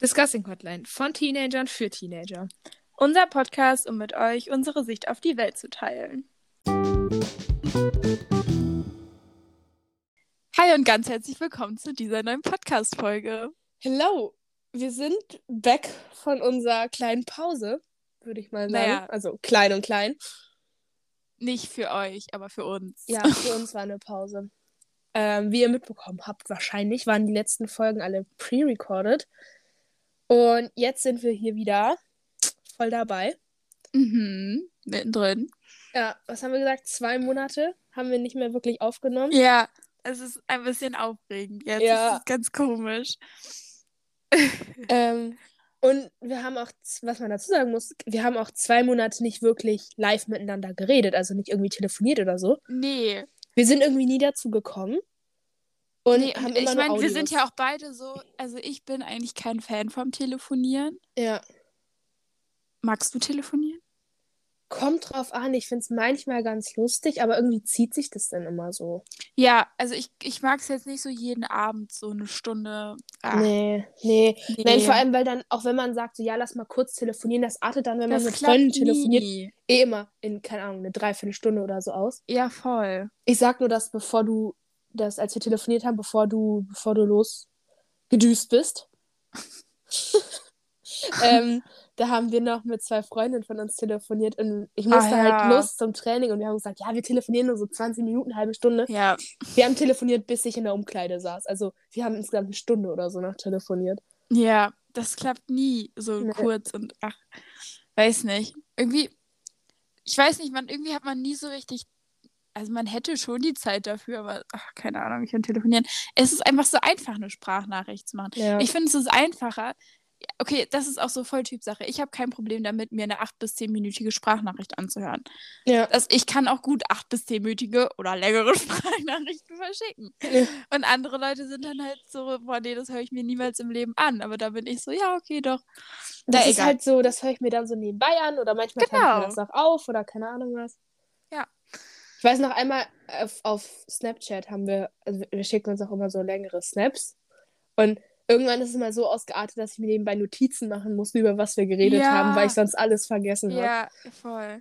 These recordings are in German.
Discussing Hotline von Teenagern für Teenager. Unser Podcast, um mit euch unsere Sicht auf die Welt zu teilen. Hi und ganz herzlich willkommen zu dieser neuen Podcast-Folge. Hello, wir sind back von unserer kleinen Pause, würde ich mal sagen. Naja. Also klein und klein. Nicht für euch, aber für uns. Ja, für uns war eine Pause. Wie ihr mitbekommen habt, wahrscheinlich waren die letzten Folgen alle pre-recorded. Und jetzt sind wir hier wieder voll dabei. Mittendrin. Ja, was haben wir gesagt? 2 Monate haben wir nicht mehr wirklich aufgenommen. Ja, es ist ein bisschen aufregend jetzt. Ja. Es ist ganz komisch. Und wir haben auch, was man dazu sagen muss, wir haben auch 2 Monate nicht wirklich live miteinander geredet, also nicht irgendwie telefoniert oder so. Nee. Wir sind irgendwie nie dazu gekommen. Und haben immer ich nur meine, wir Audios. sind ja auch beide so, also ich bin eigentlich kein Fan vom Telefonieren. Ja. Magst du telefonieren? Kommt drauf an, ich finde es manchmal ganz lustig, aber irgendwie zieht sich das dann immer so. Ja, also ich mag es jetzt nicht so jeden Abend so eine Stunde. Nee. Nein, vor allem, weil dann, auch wenn man sagt, so ja, lass mal kurz telefonieren, das artet dann, wenn man mit Freunden telefoniert, immer in, keine Ahnung, eine Dreiviertelstunde oder so aus. Ja, voll. Ich sag nur, dass als wir telefoniert haben, bevor du losgedüst bist, da haben wir noch mit 2 Freundinnen von uns telefoniert und ich musste halt los zum Training und wir haben gesagt, ja, wir telefonieren nur so 20 Minuten, eine halbe Stunde. Ja. Wir haben telefoniert, bis ich in der Umkleide saß. Also wir haben insgesamt 1 Stunde oder so noch telefoniert. Ja, das klappt nie so kurz und weiß nicht. Irgendwie, ich weiß nicht, irgendwie hat man nie so richtig, also man hätte schon die Zeit dafür, aber keine Ahnung, ich kann telefonieren. Es ist einfach so einfach, eine Sprachnachricht zu machen. Ja. Ich finde, es ist einfacher. Okay, das ist auch so voll Typsache. Ich habe kein Problem damit, mir eine 8- bis 10-minütige Sprachnachricht anzuhören. Ja. Ich kann auch gut 8- bis 10-minütige oder längere Sprachnachrichten verschicken. Ja. Und andere Leute sind dann halt so, boah, nee, das höre ich mir niemals im Leben an. Aber da bin ich so, ja, okay, doch. Das ist halt so, das höre ich mir dann so nebenbei an oder manchmal schreibe ich mir das auch auf oder keine Ahnung was. Ja. Ich weiß noch einmal, auf Snapchat haben wir, also wir schicken uns auch immer so längere Snaps und irgendwann ist es mal so ausgeartet, dass ich mir nebenbei Notizen machen musste, über was wir geredet haben, weil ich sonst alles vergessen habe. Ja, voll.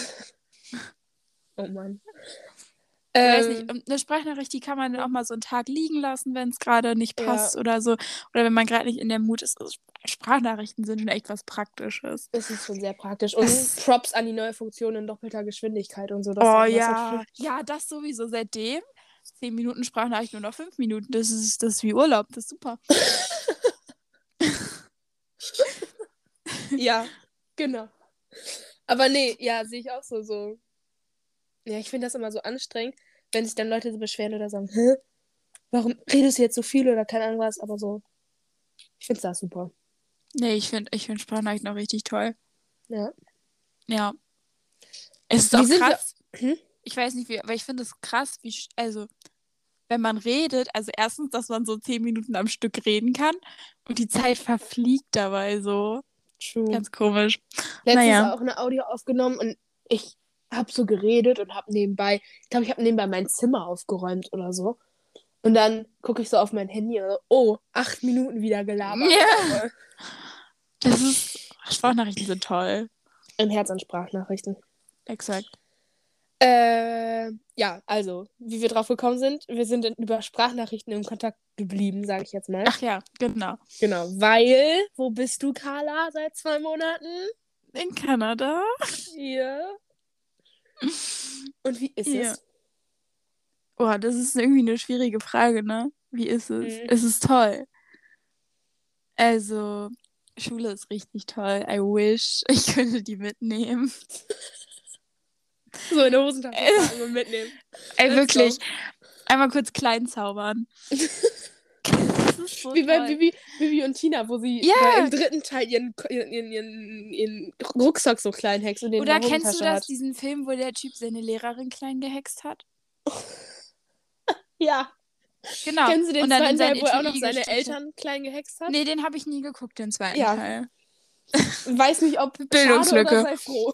Oh Mann. Ich weiß nicht, eine Sprachnachricht, die kann man dann auch mal so einen Tag liegen lassen, wenn es gerade nicht passt oder so. Oder wenn man gerade nicht in der Mut ist. Also Sprachnachrichten sind schon echt was Praktisches. Es ist schon sehr praktisch. Und Props an die neue Funktion in doppelter Geschwindigkeit und so. Ja, das sowieso. Seitdem 10 Minuten Sprachnachricht nur noch 5 Minuten. Das ist wie Urlaub. Das ist super. Ja, genau. Aber nee, ja, sehe ich auch so. Ja, ich finde das immer so anstrengend, wenn sich dann Leute so beschweren oder sagen, warum redest du jetzt so viel oder keine Ahnung was, aber so. Ich finde das super. Nee, ich find Sprachnachrichten auch richtig toll. Ja. Ja. Es ist auch krass. Ich weiß nicht, aber ich finde es krass, also wenn man redet, also erstens, dass man so 10 Minuten am Stück reden kann und die Zeit verfliegt dabei so. True. Ganz komisch. Letztens auch eine Audio aufgenommen und ich habe so geredet und habe nebenbei mein Zimmer aufgeräumt oder so. Und dann gucke ich so auf mein Handy und so, 8 Minuten wieder gelabert. Ja. Sprachnachrichten sind toll. Ein Herz an Sprachnachrichten. Exakt. Ja, also, wie wir drauf gekommen sind, wir sind über Sprachnachrichten in Kontakt geblieben, sage ich jetzt mal. Ach ja, genau. Genau, weil, wo bist du, Carla, seit 2 Monaten? In Kanada. Ja. Und wie ist es? Oh, das ist irgendwie eine schwierige Frage, ne? Wie ist es? Es ist toll. Also, Schule ist richtig toll. I wish, ich könnte die mitnehmen. So in der Hosentasche packen und mitnehmen. Ey, wirklich. Einmal kurz klein zaubern. Das ist so wie bei toll. Bibi und Tina, wo sie im 3. Teil ihren Rucksack so klein hext und den Oder in der Hosentasche kennst du das, hat. diesen Film, wo der Typ seine Lehrerin klein gehext hat? Ja. Genau. Kennst du den und dann zweiten Teil, wo er auch Etui noch seine gestrichen. Eltern klein gehext hat? Nee, den habe ich nie geguckt, den zweiten Teil. Weiß nicht, ob Bildungslücke. Schade oder sei froh.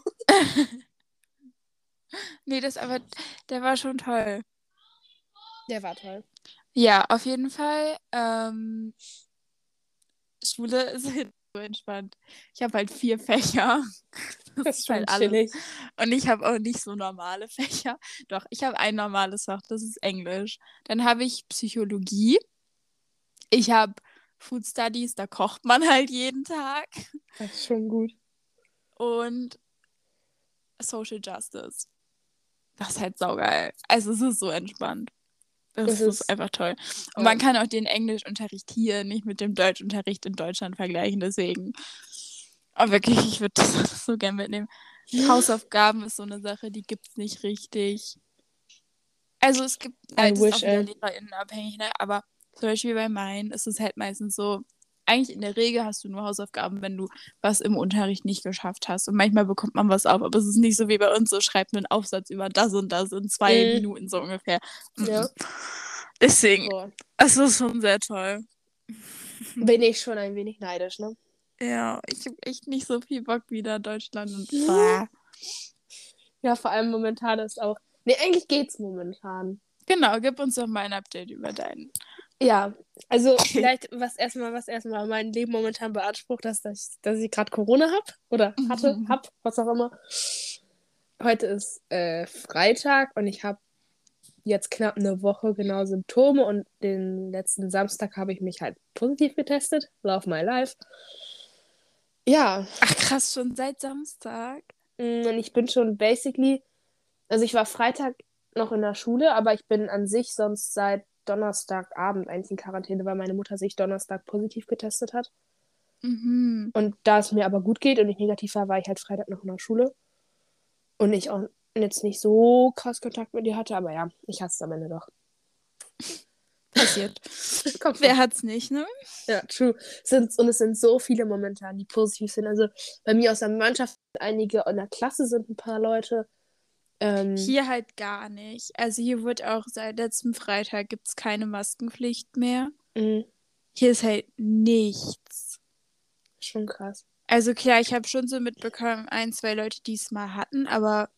Nee, der war schon toll. Der war toll. Ja, auf jeden Fall. Schule ist halt so entspannt. Ich habe halt 4 Fächer. Das ist ist schon halt alles. chillig. Und ich habe auch nicht so normale Fächer. Doch, ich habe ein normales Fach, das ist Englisch. Dann habe ich Psychologie. Ich habe Food Studies, da kocht man halt jeden Tag. Das ist schon gut. Und Social Justice. Das ist halt saugeil. Also es ist so entspannt. Das ist einfach toll. Und man kann auch den Englischunterricht hier nicht mit dem Deutschunterricht in Deutschland vergleichen. Deswegen, aber wirklich, ich würde das so gerne mitnehmen. Hausaufgaben ist so eine Sache, die gibt es nicht richtig. Also es gibt, das ist auch wieder LehrerInnen abhängig, ne? Aber zum Beispiel bei meinen ist es halt meistens so, eigentlich in der Regel hast du nur Hausaufgaben, wenn du was im Unterricht nicht geschafft hast. Und manchmal bekommt man was auf, aber es ist nicht so wie bei uns, so schreibt einen Aufsatz über das und das in 2 Minuten so ungefähr. Ja. Deswegen, es ist schon sehr toll. Bin ich schon ein wenig neidisch, ne? Ja, ich habe echt nicht so viel Bock wieder Deutschland und Ja, vor allem momentan ist auch. Nee, eigentlich geht's momentan. Genau, gib uns doch mal ein Update über deinen. Ja, also vielleicht was erstmal mein Leben momentan beansprucht, dass ich gerade Corona habe oder hab, was auch immer. Heute ist Freitag und ich habe jetzt knapp eine Woche genau Symptome und den letzten Samstag habe ich mich halt positiv getestet. Love my life. Ja. Ach krass, schon seit Samstag? Und ich bin schon basically, also ich war Freitag noch in der Schule, aber ich bin an sich sonst seit Donnerstagabend eigentlich in Quarantäne, weil meine Mutter sich Donnerstag positiv getestet hat. Mhm. Und da es mir aber gut geht und ich negativ war ich halt Freitag noch in der Schule. Und ich auch jetzt nicht so krass Kontakt mit ihr hatte, aber ja, ich hasse es am Ende doch. Passiert. Wer hat's nicht, ne? Ja, true. Und es sind so viele momentan, die positiv sind. Also bei mir aus der Mannschaft einige, in der Klasse sind ein paar Leute. Hier halt gar nicht. Also hier wird auch seit letztem Freitag gibt's keine Maskenpflicht mehr. Hier ist halt nichts. Schon krass. Also klar, ich habe schon so mitbekommen, 1, 2 Leute, die es mal hatten, aber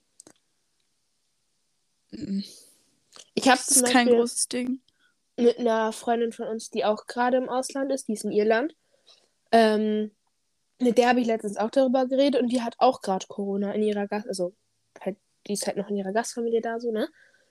ich habe das ist kein großes Ding. Mit einer Freundin von uns, die auch gerade im Ausland ist, die ist in Irland. Mit der habe ich letztens auch darüber geredet und die hat auch gerade Corona in ihrer also halt, die ist halt noch in ihrer Gastfamilie da, so, ne?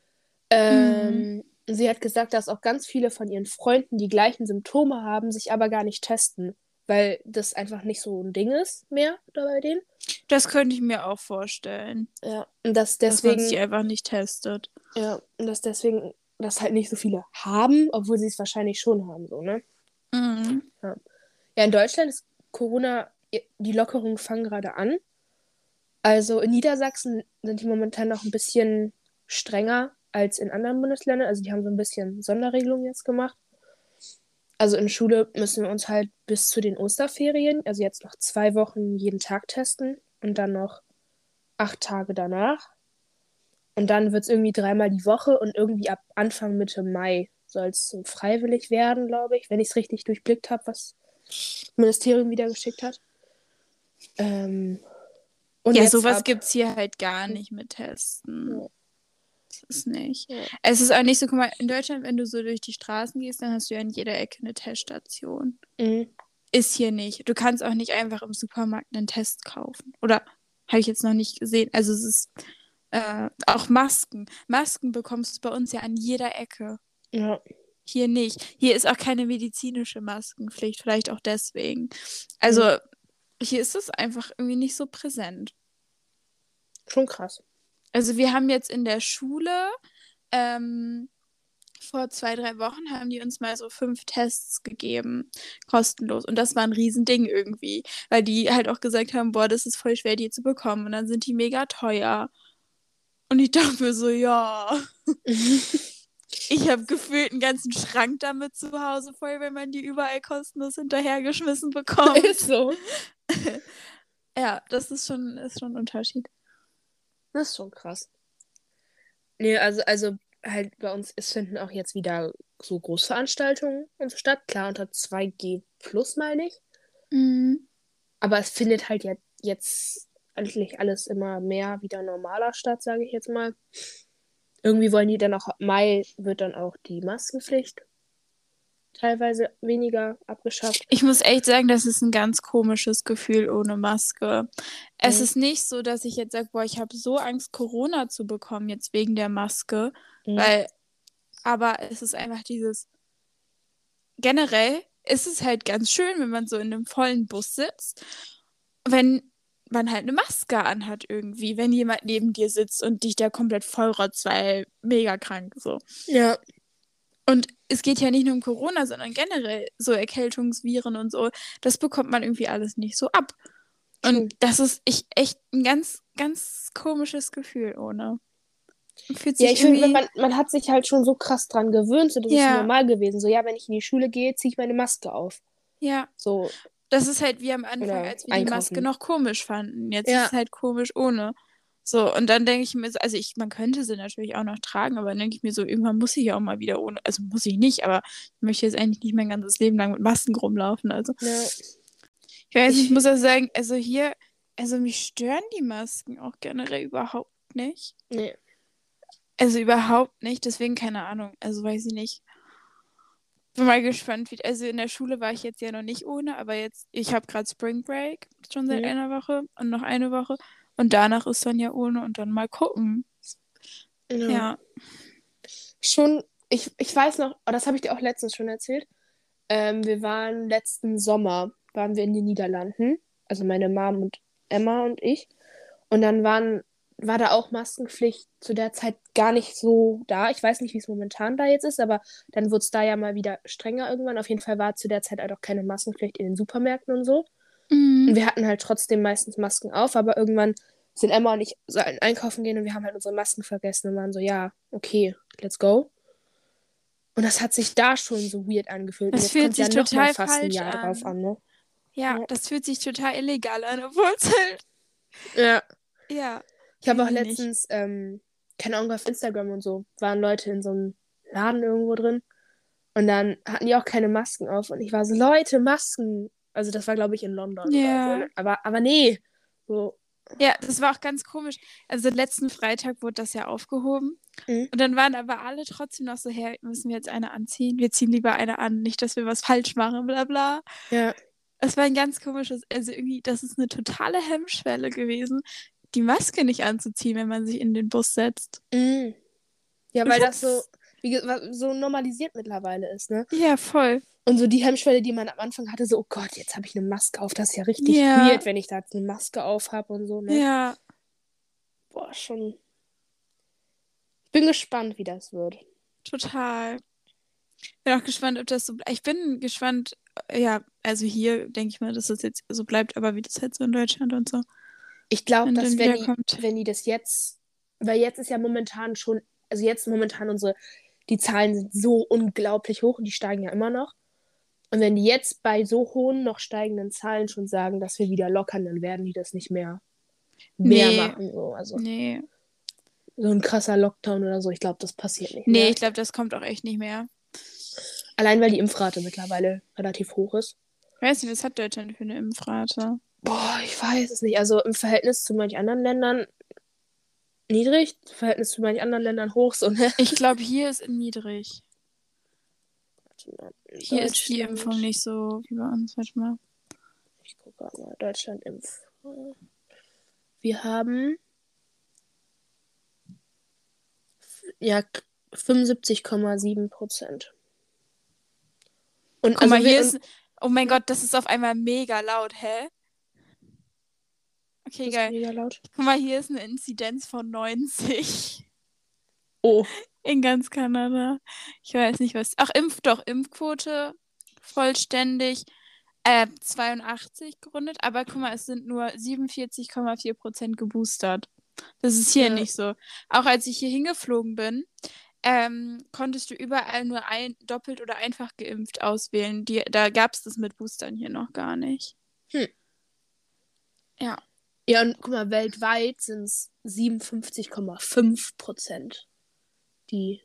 Sie hat gesagt, dass auch ganz viele von ihren Freunden die gleichen Symptome haben, sich aber gar nicht testen, weil das einfach nicht so ein Ding ist mehr da bei denen. Das könnte ich mir auch vorstellen. Ja, und dass man sich einfach nicht testet. Ja, und dass deswegen das halt nicht so viele haben, obwohl sie es wahrscheinlich schon haben, so, ne? Ja. Ja, in Deutschland ist Corona, die Lockerungen fangen gerade an. Also in Niedersachsen sind die momentan noch ein bisschen strenger als in anderen Bundesländern. Also die haben so ein bisschen Sonderregelungen jetzt gemacht. Also in Schule müssen wir uns halt bis zu den Osterferien, also jetzt noch 2 Wochen jeden Tag testen und dann noch 8 Tage danach. Und dann wird es irgendwie 3-mal die Woche und irgendwie ab Anfang Mitte Mai soll es so freiwillig werden, glaube ich, wenn ich es richtig durchblickt habe, was das Ministerium wieder geschickt hat. Und ja, sowas gibt es hier halt gar nicht mit Testen. Ja. Das ist nicht. Ja. Es ist auch nicht so, guck mal, in Deutschland, wenn du so durch die Straßen gehst, dann hast du ja in jeder Ecke eine Teststation. Ist hier nicht. Du kannst auch nicht einfach im Supermarkt einen Test kaufen. Oder habe ich jetzt noch nicht gesehen. Also es ist auch Masken. Masken bekommst du bei uns ja an jeder Ecke. Ja. Hier nicht. Hier ist auch keine medizinische Maskenpflicht, vielleicht auch deswegen. Also hier ist es einfach irgendwie nicht so präsent. Schon krass. Also wir haben jetzt in der Schule vor 2, 3 Wochen haben die uns mal so 5 Tests gegeben, kostenlos. Und das war ein Riesending irgendwie, weil die halt auch gesagt haben, boah, das ist voll schwer, die zu bekommen. Und dann sind die mega teuer. Und ich dachte mir so, ja. Ich habe gefühlt einen ganzen Schrank damit zu Hause voll, wenn man die überall kostenlos hinterhergeschmissen bekommt. Ist so. Ja, das ist schon ein Unterschied. Das ist schon krass. Nee, also halt bei uns finden auch jetzt wieder so Großveranstaltungen und so statt. Klar, unter 2G plus, meine ich. Aber es findet halt jetzt eigentlich alles immer mehr wieder normaler statt, sage ich jetzt mal. Irgendwie wollen die dann auch, Mai wird dann auch die Maskenpflicht teilweise weniger abgeschafft. Ich muss echt sagen, das ist ein ganz komisches Gefühl ohne Maske. Es Mhm. ist nicht so, dass ich jetzt sage, boah, ich habe so Angst, Corona zu bekommen, jetzt wegen der Maske. Mhm. Aber es ist einfach generell ist es halt ganz schön, wenn man so in einem vollen Bus sitzt, wenn man halt eine Maske anhat irgendwie, wenn jemand neben dir sitzt und dich da komplett vollrotzt, weil mega krank so. Ja. Und es geht ja nicht nur um Corona, sondern generell so Erkältungsviren und so. Das bekommt man irgendwie alles nicht so ab. Und True. das ist echt ein ganz, ganz komisches Gefühl ohne. Man fühlt Ja, sich ich finde, irgendwie. man hat sich halt schon so krass dran gewöhnt, so das ist so Ja, normal gewesen. So, ja, wenn ich in die Schule gehe, ziehe ich meine Maske auf. ja. So, Das ist halt wie am Anfang, oder als wir die Maske einkaufen. noch komisch fanden. Jetzt ist Ja. es halt komisch ohne. So, und dann denke ich mir, also man könnte sie natürlich auch noch tragen, aber dann denke ich mir so, irgendwann muss ich ja auch mal wieder ohne, also muss ich nicht, aber ich möchte jetzt eigentlich nicht mein ganzes Leben lang mit Masken rumlaufen. Also, Ja. ich weiß nicht, ich muss Ich, auch sagen, also hier, also mich stören die Masken auch generell überhaupt nicht. nee. Also überhaupt nicht, deswegen keine Ahnung. Also weiß ich nicht. Bin mal gespannt, wie. Also in der Schule war ich jetzt ja noch nicht ohne, aber jetzt, ich habe gerade Spring Break schon seit Mhm. einer Woche und noch eine Woche. Und danach ist dann ja ohne und dann mal gucken. Ja. Ja. Schon, ich weiß noch, oh, das habe ich dir auch letztens schon erzählt. Wir waren letzten Sommer, waren wir in den Niederlanden. Also meine Mom und Emma und ich. Und dann war da auch Maskenpflicht zu der Zeit gar nicht so da. Ich weiß nicht, wie es momentan da jetzt ist, aber dann wurde es da ja mal wieder strenger irgendwann. Auf jeden Fall war zu der Zeit halt auch keine Maskenpflicht in den Supermärkten und so. Und Mhm. wir hatten halt trotzdem meistens Masken auf, aber irgendwann sind Emma und ich so einkaufen gehen und wir haben halt unsere Masken vergessen und waren so, ja, okay, let's go. Und das hat sich da schon so weird angefühlt. Und Das jetzt kommt fühlt ja sich noch mal total fast ein falsch Jahr drauf an. an, ne? Ja, Ja. das fühlt sich total illegal an, obwohl es halt. Ja. Ja, Ich habe weiß auch ich nicht. letztens, keine Ahnung, auf Instagram und so, waren Leute in so einem Laden irgendwo drin. Und dann hatten die auch keine Masken auf. Und ich war so, Leute, Masken. Also das war, glaube ich, in London oder so. Ja. Ne? Aber nee. So. Ja, das war auch ganz komisch. Also letzten Freitag wurde das ja aufgehoben. Mhm. Und dann waren aber alle trotzdem noch so, her, müssen wir jetzt eine anziehen? Wir ziehen lieber eine an, nicht, dass wir was falsch machen, bla bla. Ja. Es war ein ganz komisches, also irgendwie, das ist eine totale Hemmschwelle gewesen, die Maske nicht anzuziehen, wenn man sich in den Bus setzt. Mhm. Ja, Und weil das so, jetzt, so normalisiert mittlerweile ist, ne? ja, voll. Und so die Hemmschwelle, die man am Anfang hatte, so, oh Gott, jetzt habe ich eine Maske auf. Das ist ja richtig Ja, weird, wenn ich da jetzt eine Maske auf habe und so, ne? ja, Boah, schon. Ich bin gespannt, wie das wird. total. Bin auch gespannt, ob das so bleibt. Ich bin gespannt, ja, also hier denke ich mal, dass das jetzt so bleibt, aber wie das halt so in Deutschland und so, Ich glaube, wenn dass dann wiederkommt. wenn die das jetzt, weil jetzt ist ja momentan schon, also jetzt momentan die Zahlen sind so unglaublich hoch und die steigen ja immer noch. Und wenn die jetzt bei so hohen, noch steigenden Zahlen schon sagen, dass wir wieder lockern, dann werden die das nicht mehr Nee, machen. So. Also nee. so ein krasser Lockdown oder so, ich glaube, das passiert nicht Nee, mehr. ich glaube, das kommt auch echt nicht mehr. Allein weil die Impfrate mittlerweile relativ hoch ist. Ich weiß nicht, was hat Deutschland für eine Impfrate? Boah, ich weiß es nicht. Also im Verhältnis zu manch anderen Ländern niedrig, im Verhältnis zu manch anderen Ländern hoch, so, ne? Ich glaube, hier ist niedrig. Hier ist die Impfung Deutschland. nicht so wie bei uns. Warte mal. Ich gucke mal. Deutschland Impf. Wir haben ja 75,7%. Und Guck mal, also hier ist. Oh mein Gott, das ist auf einmal mega laut, hä? Okay, das ist geil. mega laut. Guck mal, hier ist eine Inzidenz von 90 Oh. in ganz Kanada. Ich weiß nicht, was. Ach, Impfquote vollständig 82 gerundet, aber guck mal, es sind nur 47,4% geboostert. Das ist hier Ja. nicht so. Auch als ich hier hingeflogen bin, konntest du überall nur doppelt oder einfach geimpft auswählen. Da gab es das mit Boostern hier noch gar nicht. Hm. Ja. Ja, und guck mal, weltweit sind es 57,5%, die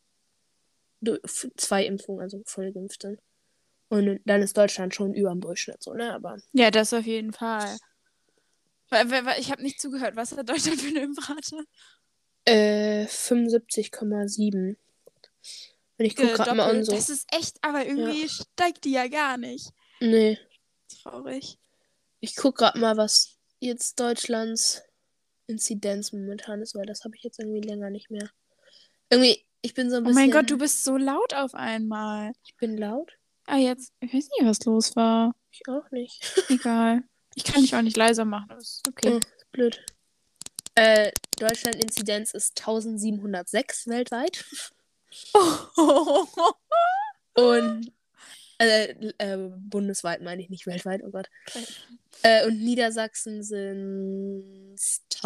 2 Impfungen, also voll geimpft sind. Und dann ist Deutschland schon über dem Durchschnitt so, ne? Aber Ja, das auf jeden Fall. Ich habe nicht zugehört. Was hat Deutschland für eine Impfrate? 75,7. Und ich gucke gerade mal an Doppelt. so. Das ist echt, aber irgendwie steigt die ja gar nicht. Nee. Traurig. Ich gucke gerade mal, was jetzt Deutschlands Inzidenz momentan ist, weil das habe ich jetzt irgendwie länger nicht mehr. Irgendwie, ich bin so ein Oh bisschen. mein Gott, du bist so laut auf einmal. Ich bin laut? Ah, jetzt, ich weiß nicht, was los war. Ich auch nicht. Egal. Ich kann dich auch nicht leiser machen, aber ist okay. Ist blöd. Deutschland-Inzidenz ist 1706 weltweit. Und bundesweit meine ich, nicht weltweit, oh Gott. Und Niedersachsen sind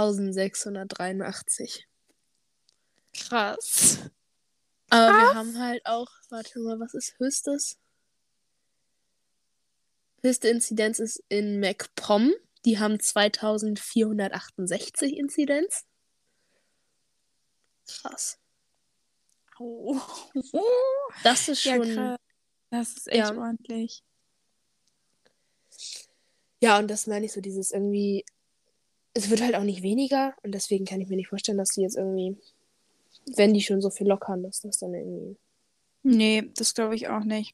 1683. Krass. Aber wir haben halt auch, warte mal, was ist höchstes? Höchste Inzidenz ist in MacPom. Die haben 2468 Inzidenz. Krass. Oh. Das ist Ja, schon. krass. Das ist echt Ja. ordentlich. Ja, und das meine ich so, dieses irgendwie. Es wird halt auch nicht weniger und deswegen kann ich mir nicht vorstellen, dass die jetzt irgendwie, wenn die schon so viel lockern, dass das dann irgendwie. Nee, das glaube ich auch nicht.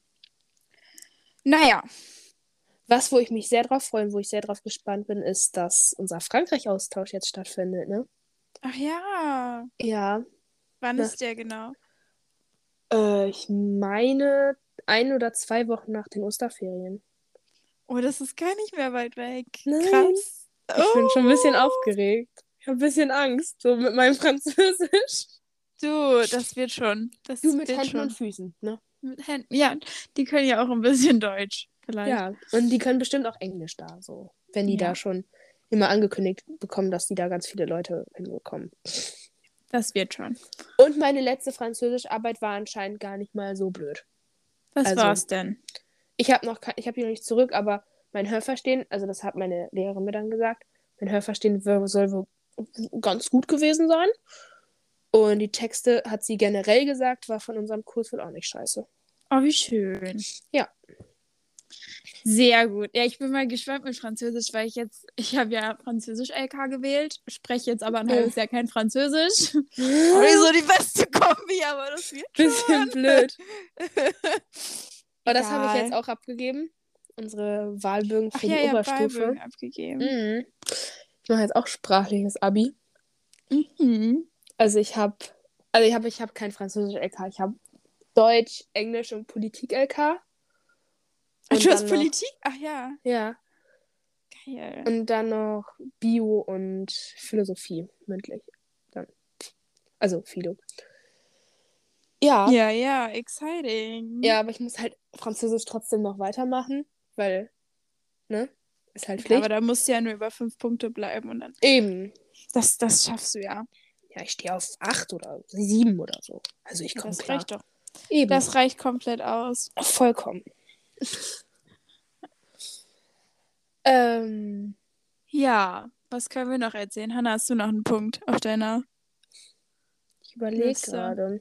Naja. Was, wo ich mich sehr drauf freue und wo ich sehr drauf gespannt bin, ist, dass unser Frankreich-Austausch jetzt stattfindet, ne? Ach ja. Ja. Wann Na, ist der genau? ich meine 1 oder 2 Wochen nach den Osterferien. Oh, das ist gar nicht mehr weit weg. Nein. Krass. Ich bin schon ein bisschen aufgeregt. Ich habe ein bisschen Angst, so mit meinem Französisch. Du, das wird schon. Das Du mit wird Händen schon. und Füßen, ne? Mit Händen. Ja, die können ja auch ein bisschen Deutsch, vielleicht. Ja, und die können bestimmt auch Englisch da, so. Wenn die Ja. da schon immer angekündigt bekommen, dass die da ganz viele Leute hinbekommen. Das wird schon. Und meine letzte Französischarbeit war anscheinend gar nicht mal so blöd. Was Also, war's denn? Ich habe die noch nicht zurück, aber mein Hörverstehen, also das hat meine Lehrerin mir dann gesagt, mein Hörverstehen soll wohl ganz gut gewesen sein. Und die Texte, hat sie generell gesagt, war von unserem Kurs wohl auch nicht scheiße. Oh, wie schön. Ja. Sehr gut. Ja, ich bin mal gespannt mit Französisch, weil ich habe ja Französisch-LK gewählt, spreche jetzt aber ein halbes Jahr kein Französisch. Auch nicht so die beste Kombi, aber das wird schon. Bisschen blöd. Aber das habe ich Egal. jetzt auch abgegeben. Unsere Wahlbögen für die ja, Oberstufe. Wahlbögen abgegeben. Mhm. Ich mache jetzt auch sprachliches Abi. Mhm. Also ich habe kein Französisch-LK. Ich habe Deutsch, Englisch und Politik-LK. Ach, Und du hast dann noch, Politik? Ach ja. ja. Geil. Und dann noch Bio und Philosophie mündlich. Dann. Also Philo. Ja. Ja, exciting. Ja, aber ich muss halt Französisch trotzdem noch weitermachen, weil, ne? Ist halt Ja, Pflicht. aber da musst du ja nur über 5 Punkte bleiben und dann. Eben. Das schaffst du ja. Ja, ich stehe auf 8 oder 7 oder so. Also ich komme Das klar. reicht doch. Eben. Das reicht komplett aus. Vollkommen. Ja, was können wir noch erzählen? Hanna, hast du noch einen Punkt auf deiner Ich überlege Liste? gerade.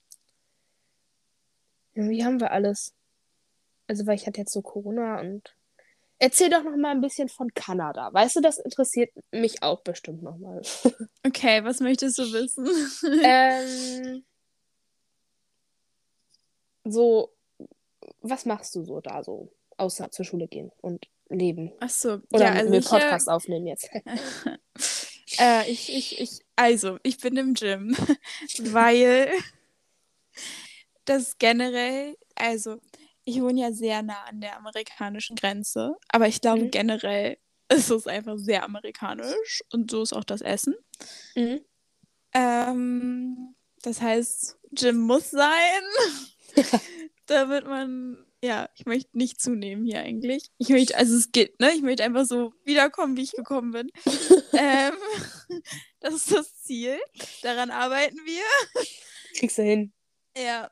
Wie haben wir alles? Also, weil ich hatte jetzt so Corona und. Erzähl doch noch mal ein bisschen von Kanada. Weißt du, das interessiert mich auch bestimmt noch mal. Okay, was möchtest du wissen? So, was machst du so da so? Außer zur Schule gehen und leben. Ach so, Oder ja, also wir ich, Podcast aufnehmen jetzt. ich bin im Gym, weil das generell, also ich wohne ja sehr nah an der amerikanischen Grenze, aber ich glaube generell ist es einfach sehr amerikanisch und so ist auch das Essen. Mhm. Das heißt, Gym muss sein. Da wird man, ja, ich möchte nicht zunehmen hier eigentlich. Also es geht, ne? Ich möchte einfach so wiederkommen, wie ich gekommen bin. Das ist das Ziel. Daran arbeiten wir. Kriegst du hin. Ja.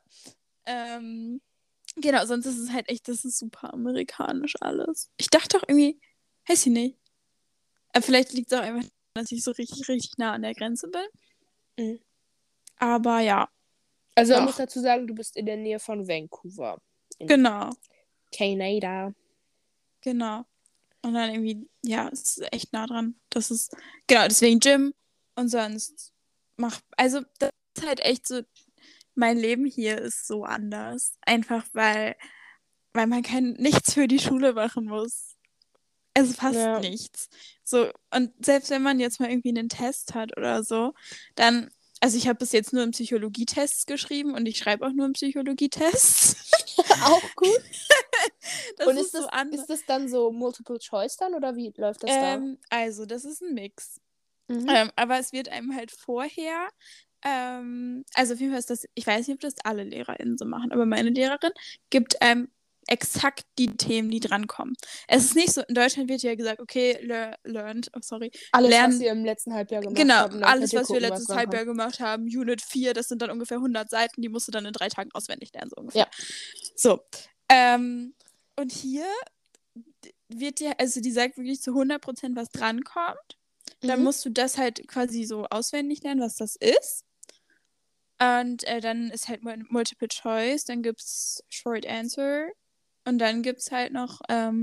Genau, sonst ist es halt echt, das ist super amerikanisch alles. Ich dachte auch irgendwie, weiß ich nicht. Vielleicht liegt es auch einfach, dass ich so richtig, richtig nah an der Grenze bin. Mhm. Aber ja. Also man Doch. muss dazu sagen, du bist in der Nähe von Vancouver. Genau. Canada. Genau. Und dann irgendwie, ja, es ist echt nah dran. Das ist, genau, deswegen Gym und sonst also das ist halt echt so, mein Leben hier ist so anders. Einfach weil man nichts für die Schule machen muss. Also fast Ja. nichts. So, und selbst wenn man jetzt mal irgendwie einen Test hat oder so, dann, also ich habe bis jetzt nur in Psychologietests geschrieben und ich schreibe auch nur in Psychologietests. Auch gut. Das Und ist so anders. ist das dann so Multiple Choice dann oder wie läuft das da? Also, das ist ein Mix. Mhm. Aber es wird einem halt vorher, also auf jeden Fall ist das, ich weiß nicht, ob das alle LehrerInnen so machen, aber meine Lehrerin gibt einem exakt die Themen, die drankommen. Es ist nicht so, in Deutschland wird ja gesagt, okay, Alles, was lernen, ihr im letzten Halbjahr gemacht genau, habt und dann könnt alles, ihr was wir gucken, was letztes dran Halbjahr kommt. gemacht haben, Unit 4, das sind dann ungefähr 100 Seiten, die musst du dann in 3 Tagen auswendig lernen, so ungefähr. Ja. So, und hier wird dir, also die sagt wirklich zu 100%, was drankommt. Dann Mhm. musst du das halt quasi so auswendig lernen, was das ist. Und dann ist halt Multiple Choice, dann gibt's Short Answer und dann gibt's halt noch,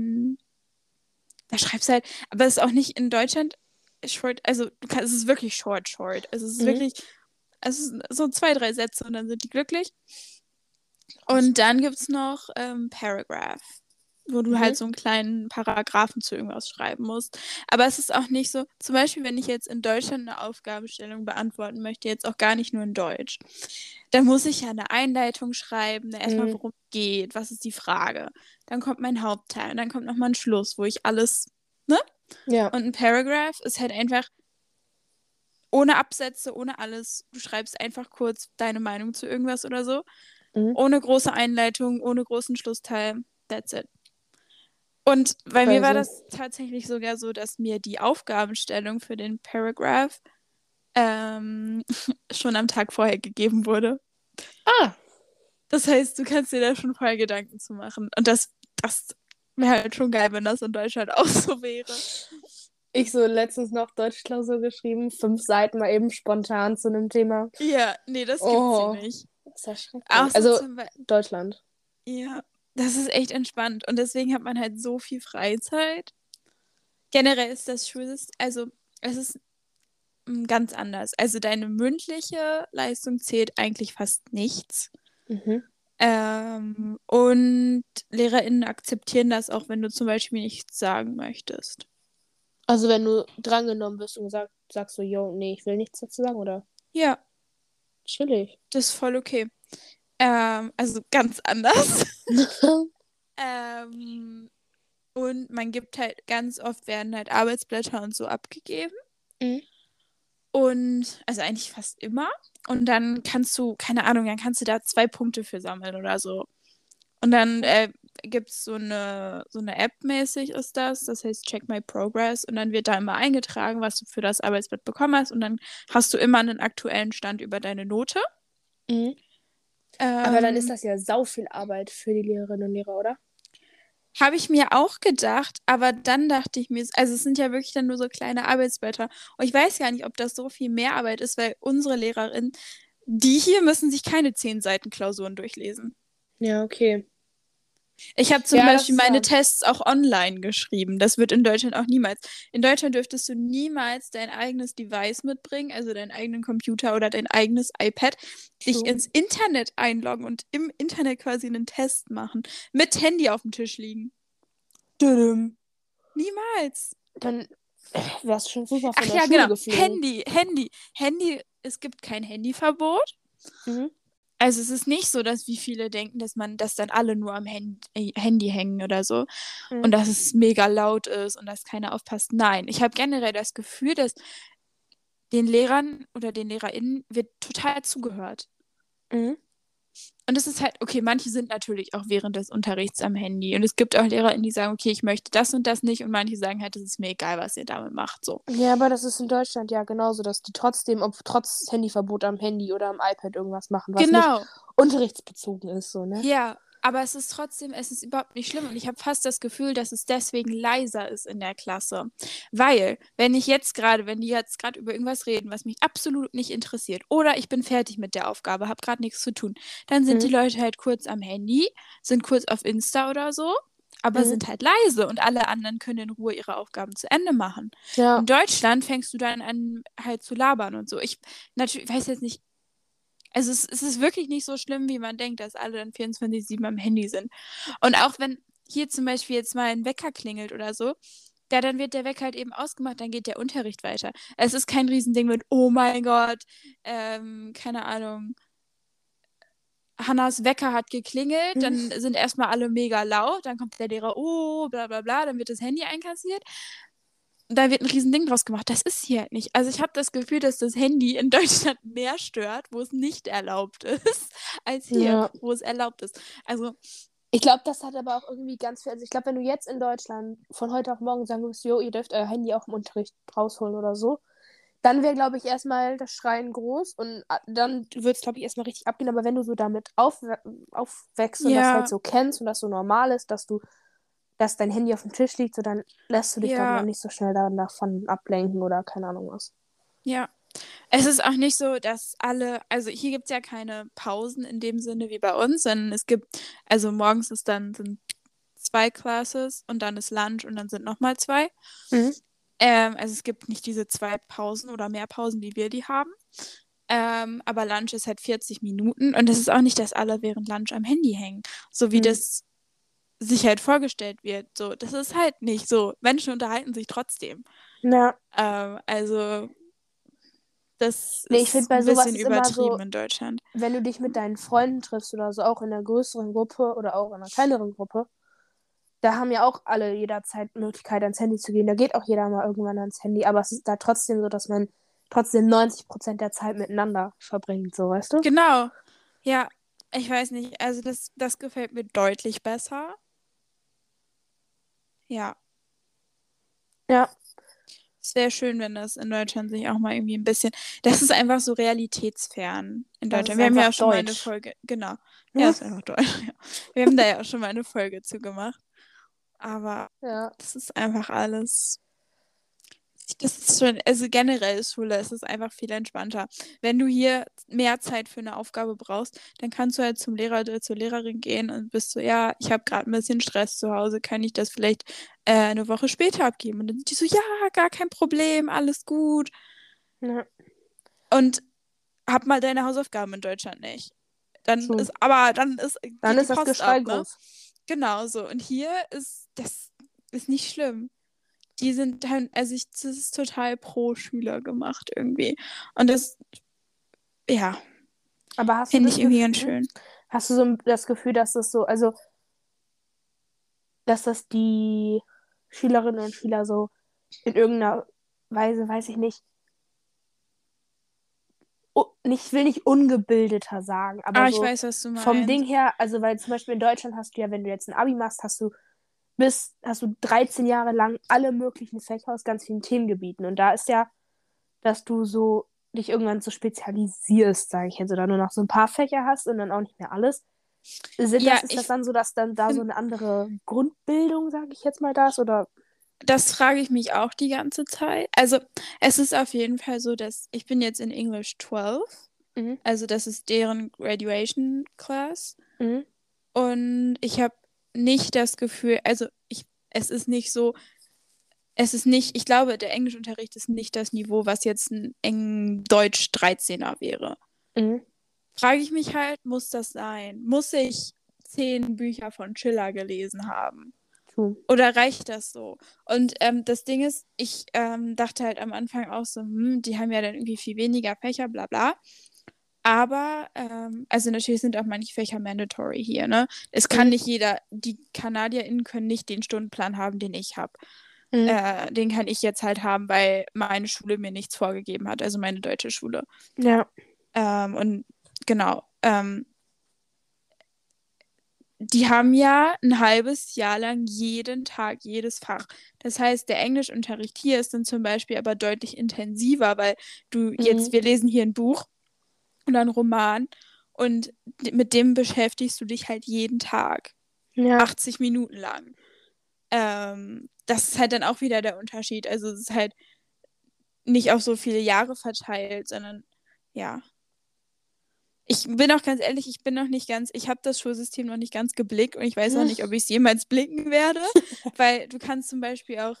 da schreibst du halt, aber es ist auch nicht in Deutschland Short, also es ist wirklich Short. Also es ist wirklich, es ist so 2, 3 Sätze und dann sind die glücklich. Und dann gibt's noch Paragraph, wo du halt so einen kleinen Paragraphen zu irgendwas schreiben musst. Aber es ist auch nicht so, zum Beispiel, wenn ich jetzt in Deutschland eine Aufgabenstellung beantworten möchte, jetzt auch gar nicht nur in Deutsch, dann muss ich ja eine Einleitung schreiben, erstmal worum es geht, was ist die Frage. Dann kommt mein Hauptteil und dann kommt nochmal ein Schluss, wo ich alles, ne? Ja. Und ein Paragraph ist halt einfach ohne Absätze, ohne alles. Du schreibst einfach kurz deine Meinung zu irgendwas oder so. Ohne große Einleitung, ohne großen Schlussteil. That's it. Und bei mir war das tatsächlich sogar so, dass mir die Aufgabenstellung für den Paragraph schon am Tag vorher gegeben wurde. Ah. Das heißt, du kannst dir da schon vorher Gedanken zu machen. Und das wäre halt schon geil, wenn das in Deutschland auch so wäre. Ich so letztens noch Deutschklausur geschrieben, 5 Seiten mal eben spontan zu einem Thema. Ja, nee, das gibt's hier nicht. Das ist ja schrecklich. Auch Also so Deutschland. Ja, das ist echt entspannt. Und deswegen hat man halt so viel Freizeit. Generell ist das Schulsystem, also es ist ganz anders. Also deine mündliche Leistung zählt eigentlich fast nichts. Und LehrerInnen akzeptieren das auch, wenn du zum Beispiel nichts sagen möchtest. Also wenn du drangenommen wirst und sagst so, yo, nee, ich will nichts dazu sagen, oder? Ja. Chillig. Das ist voll okay. Also ganz anders. Und man gibt halt, ganz oft werden halt Arbeitsblätter und so abgegeben. Und, also eigentlich fast immer. Und dann kannst du, keine Ahnung, dann kannst du da 2 Punkte für sammeln oder so. Und dann gibt es so eine App-mäßig ist das heißt Check My Progress. Und dann wird da immer eingetragen, was du für das Arbeitsblatt bekommen hast. Und dann hast du immer einen aktuellen Stand über deine Note. Aber dann ist das ja sau viel Arbeit für die Lehrerinnen und Lehrer, oder? Habe ich mir auch gedacht, aber dann dachte ich mir, also es sind ja wirklich dann nur so kleine Arbeitsblätter. Und ich weiß gar nicht, ob das so viel mehr Arbeit ist, weil unsere Lehrerinnen, die hier müssen sich keine 10 Seiten Klausuren durchlesen. Ja, okay. Ich habe zum Beispiel meine Tests auch online geschrieben. Das wird in Deutschland auch niemals. In Deutschland dürftest du niemals dein eigenes Device mitbringen, also deinen eigenen Computer oder dein eigenes iPad, dich ins Internet einloggen und im Internet quasi einen Test machen. Mit Handy auf dem Tisch liegen. Niemals. Dann wärst du schon super von Ach der ja, Schule genau. geflogen. Handy, es gibt kein Handyverbot. Also es ist nicht so, dass wie viele denken, dass dann alle nur am Handy hängen oder so und dass es mega laut ist und dass keiner aufpasst. Nein, ich habe generell das Gefühl, dass den Lehrern oder den LehrerInnen wird total zugehört. Und es ist halt, okay, manche sind natürlich auch während des Unterrichts am Handy. Und es gibt auch LehrerInnen, die sagen, okay, ich möchte das und das nicht. Und manche sagen halt, es ist mir egal, was ihr damit macht. So. Ja, aber das ist in Deutschland ja genauso, dass die trotzdem, trotz Handyverbot am Handy oder am iPad irgendwas machen, was nicht unterrichtsbezogen ist, so, ne? Ja, aber es ist überhaupt nicht schlimm. Und ich habe fast das Gefühl, dass es deswegen leiser ist in der Klasse. Weil, wenn die jetzt gerade über irgendwas reden, was mich absolut nicht interessiert, oder ich bin fertig mit der Aufgabe, habe gerade nichts zu tun, dann sind die Leute halt kurz am Handy, sind kurz auf Insta oder so, aber sind halt leise und alle anderen können in Ruhe ihre Aufgaben zu Ende machen. Ja. In Deutschland fängst du dann an, halt zu labern und so. Ich weiß jetzt nicht, Also es ist wirklich nicht so schlimm, wie man denkt, dass alle dann 24/7 am Handy sind. Und auch wenn hier zum Beispiel jetzt mal ein Wecker klingelt oder so, ja, dann wird der Wecker halt eben ausgemacht, dann geht der Unterricht weiter. Es ist kein Riesending mit, oh mein Gott, keine Ahnung, Hannas Wecker hat geklingelt, dann sind erstmal alle mega laut, dann kommt der Lehrer, oh, bla bla bla, dann wird das Handy einkassiert. Da wird ein Riesending draus gemacht. Das ist hier halt nicht. Also ich habe das Gefühl, dass das Handy in Deutschland mehr stört, wo es nicht erlaubt ist, als hier, Ja. wo es erlaubt ist. Also, Ich glaube, das hat aber auch irgendwie ganz viel. Also ich glaube, wenn du jetzt in Deutschland von heute auf morgen sagen würdest, jo, ihr dürft euer Handy auch im Unterricht rausholen oder so, dann wäre, glaube ich, erstmal das Schreien groß und dann würde es, glaube ich, erstmal richtig abgehen. Aber wenn du so damit aufwächst und das halt ja, so kennst und das so normal ist, dass dein Handy auf dem Tisch liegt, so dann lässt du dich, glaube ich, auch ja, nicht so schnell davon ablenken oder keine Ahnung was. ja. Es ist auch nicht so, dass alle, also hier gibt es ja keine Pausen in dem Sinne wie bei uns, sondern es gibt, also morgens sind 2 Classes und dann ist Lunch und dann sind nochmal 2. Mhm. Also es gibt nicht diese 2 Pausen oder mehr Pausen, wie wir die haben. Aber Lunch ist halt 40 Minuten und es ist auch nicht, dass alle während Lunch am Handy hängen, so wie Mhm. das sich halt vorgestellt wird. So, das ist halt nicht so. Menschen unterhalten sich trotzdem. Ja. Also das Nee, ich finde, ist bei ein sowas bisschen ist immer so, übertrieben in Deutschland. wenn du dich mit deinen Freunden triffst oder so, auch in einer größeren Gruppe oder auch in einer kleineren Gruppe, da haben ja auch alle jederzeit Möglichkeit, ans Handy zu gehen. Da geht auch jeder mal irgendwann ans Handy, aber es ist da trotzdem so, dass man trotzdem 90% der Zeit miteinander verbringt, so, weißt du? Genau. Ja, ich weiß nicht. Also das gefällt mir deutlich besser. Ja. Ja, Es wäre schön, wenn das in Deutschland sich auch mal irgendwie ein bisschen. Das ist einfach so realitätsfern in das Deutschland. ist Wir haben ja einfach auch schon mal eine deutsch. Folge. Genau. Ja, ist einfach Deutsch. Ja. Wir haben da ja auch schon mal eine Folge zu gemacht. Aber Ja. das ist einfach alles. Das ist schon, also generell ist Schule, es ist einfach viel entspannter. Wenn du hier mehr Zeit für eine Aufgabe brauchst, dann kannst du halt zum Lehrer oder zur Lehrerin gehen und bist so, ja, ich habe gerade ein bisschen Stress zu Hause, kann ich das vielleicht eine Woche später abgeben? Und dann sind die so, ja, gar kein Problem, alles gut. Ja, Und hab mal deine Hausaufgaben in Deutschland nicht. true. Dann ist, Dann geht die ist das Post Geschrei ab, ne? groß. Genau so. Und hier ist das ist nicht schlimm. Die sind dann, also das ist total pro Schüler gemacht irgendwie. Und das, ja, Aber hast du finde das ich irgendwie ganz Gefühl, schön. hast du so das Gefühl, dass das so, also, dass das die Schülerinnen und Schüler so in irgendeiner Weise, weiß ich nicht, ich will nicht ungebildeter sagen, aber Ah, ich so weiß, was du vom Ding meinst. her, also weil zum Beispiel in Deutschland hast du ja, wenn du jetzt ein Abi machst, hast du 13 Jahre lang alle möglichen Fächer aus ganz vielen Themengebieten. Und da ist ja, dass du so dich irgendwann so spezialisierst, sage ich jetzt, oder nur noch so ein paar Fächer hast und dann auch nicht mehr alles. Ja, Ist das ich dann so, dass dann da so finde, eine andere Grundbildung, sage ich jetzt mal, da ist? Oder? das frage ich mich auch die ganze Zeit. Also, es ist auf jeden Fall so, dass ich bin jetzt in English 12. Mhm. Also, das ist deren Graduation Class. Mhm. Und ich habe nicht das Gefühl, es ist nicht so, es ist nicht, ich glaube, der Englischunterricht ist nicht das Niveau, was jetzt ein Deutsch 13er wäre. Mhm. Frage ich mich halt, muss das sein? Muss ich 10 Bücher von Schiller gelesen haben? True. Oder reicht das so? Und das Ding ist, ich dachte halt am Anfang auch so, die haben ja dann irgendwie viel weniger Fächer, bla bla. Aber, also natürlich sind auch manche Fächer mandatory hier, ne? Es kann Mhm. nicht jeder, die KanadierInnen können nicht den Stundenplan haben, den ich habe. Mhm. Den kann ich jetzt halt haben, weil meine Schule mir nichts vorgegeben hat, also meine deutsche Schule. Ja. Und genau, die haben ja ein halbes Jahr lang jeden Tag jedes Fach. Das heißt, der Englischunterricht hier ist dann zum Beispiel aber deutlich intensiver, weil Mhm. wir lesen hier ein Buch oder einen Roman und mit dem beschäftigst du dich halt jeden Tag, Ja. 80 Minuten lang. Das ist halt dann auch wieder der Unterschied. Also es ist halt nicht auf so viele Jahre verteilt, sondern ja. Ich bin auch ganz ehrlich, ich habe das Schulsystem noch nicht ganz geblickt und ich weiß auch Mhm. nicht, ob ich es jemals blicken werde, weil du kannst zum Beispiel auch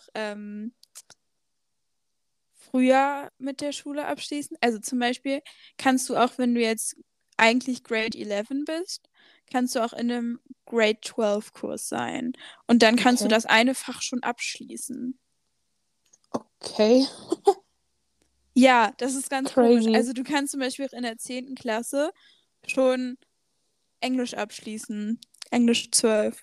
früher mit der Schule abschließen. Also zum Beispiel kannst du auch, wenn du jetzt eigentlich Grade 11 bist, kannst du auch in einem Grade 12 Kurs sein. Und dann kannst du Okay. das eine Fach schon abschließen. Okay. Ja, das ist ganz komisch. Crazy. Also du kannst zum Beispiel auch in der 10. Klasse schon Englisch abschließen. Englisch 12.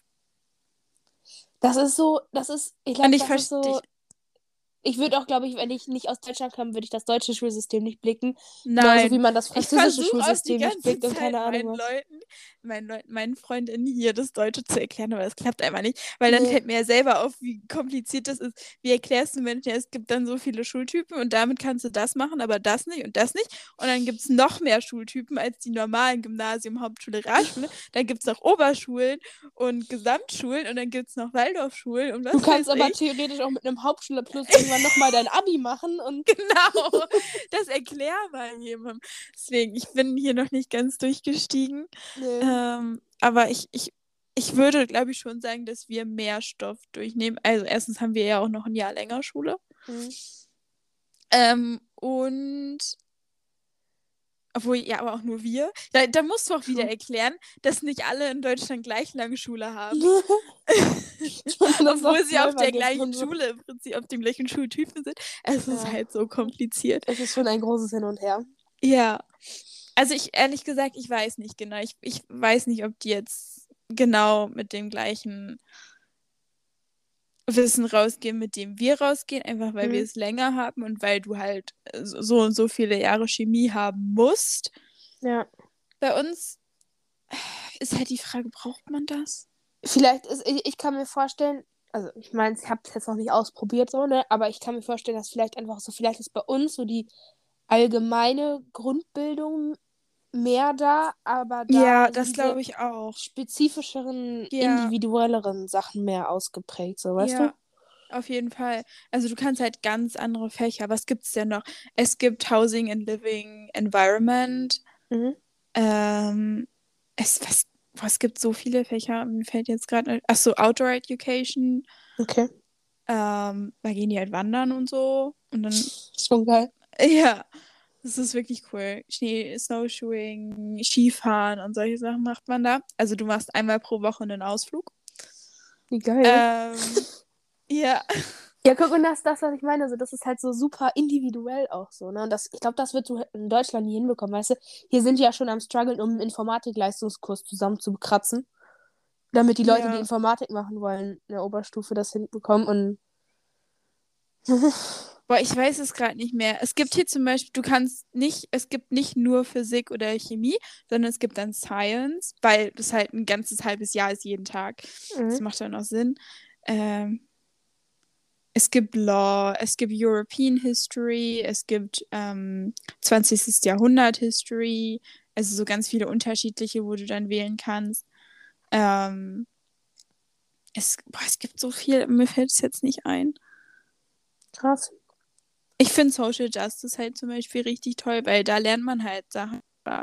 Ich Und glaube, ich das ist verstehe. so. Ich würde auch, glaube ich, wenn ich nicht aus Deutschland komme, würde ich das deutsche Schulsystem nicht blicken. Genauso wie Nein, man das ich französische versuche auch die Schulsystem nicht ganze blickt und Zeit keine Ahnung was. meinen Freundinnen hier das Deutsche zu erklären, aber das klappt einfach nicht, weil dann Nee. fällt mir ja selber auf, wie kompliziert das ist. Wie erklärst du Menschen, ja, es gibt dann so viele Schultypen und damit kannst du das machen, aber das nicht und das nicht. Und dann gibt es noch mehr Schultypen als die normalen Gymnasium, Hauptschule, Realschule. Dann gibt es noch Oberschulen und Gesamtschulen und dann gibt es noch Waldorfschulen und Du was kannst weiß aber ich. theoretisch auch mit einem Hauptschülerplus irgendwann nochmal dein Abi machen und. Genau, das erklär mal jemandem. Deswegen, ich bin hier noch nicht ganz durchgestiegen. Nee. Aber ich würde, glaube ich, schon sagen, dass wir mehr Stoff durchnehmen. Also erstens haben wir ja auch noch ein Jahr länger Schule. Mhm. Und obwohl, ja, aber auch nur wir. Da musst du auch wieder True. erklären, dass nicht alle in Deutschland gleich lange Schule haben. Und das Obwohl noch sie auf 12er der gibt gleichen und so. Schule, im Prinzip auf dem gleichen Schultypen sind. Es ist Ja. halt so kompliziert. Es ist schon ein großes Hin und Her. Ja. Also ich, ehrlich gesagt, ich weiß nicht genau. Ich weiß nicht, ob die jetzt genau mit dem gleichen Wissen rausgehen, mit dem wir rausgehen, einfach weil wir Mhm. es länger haben und weil du halt so und so viele Jahre Chemie haben musst. Ja. Bei uns ist halt die Frage, braucht man das? Ich kann mir vorstellen, also ich meine, ich habe es jetzt noch nicht ausprobiert, so, ne? Aber ich kann mir vorstellen, dass vielleicht einfach so, vielleicht ist bei uns so die allgemeine Grundbildung mehr da, aber Ja, da sind das diese glaube ich auch. spezifischeren, Ja, individuelleren Sachen mehr ausgeprägt, so, weißt du? ja, auf jeden Fall. Also du kannst halt ganz andere Fächer. Was gibt's denn noch? Es gibt Housing and Living Environment. Mhm. Ähm, was gibt so viele Fächer? Mir fällt jetzt gerade. Achso, Outdoor Education. Okay. Da gehen die halt wandern und so. Und dann, Schon geil. ja, das ist wirklich cool. Snowshoeing, Skifahren und solche Sachen macht man da. Also du machst einmal pro Woche einen Ausflug. Wie geil. Ähm, ja. Ja, guck, und das ist das, was ich meine. Also, das ist halt so super individuell auch so, ne? Und ich glaube, das wird du in Deutschland nie hinbekommen, weißt du? Hier sind die ja schon am struggeln, um einen Informatik-Leistungskurs zusammenzukratzen, damit die Leute, die Ja. Informatik machen wollen, in der Oberstufe das hinbekommen. Und Boah, ich weiß es gerade nicht mehr. Es gibt hier zum Beispiel, es gibt nicht nur Physik oder Chemie, sondern es gibt dann Science, weil das halt ein ganzes halbes Jahr ist jeden Tag. Das Mhm. macht dann auch Sinn. Ähm, Es gibt Law, es gibt European History, es gibt 20. Jahrhundert History, also so ganz viele unterschiedliche, wo du dann wählen kannst. Ähm, es gibt so viel, mir fällt es jetzt nicht ein. Krass. Ich finde Social Justice halt zum Beispiel richtig toll, weil da lernt man halt Sachen über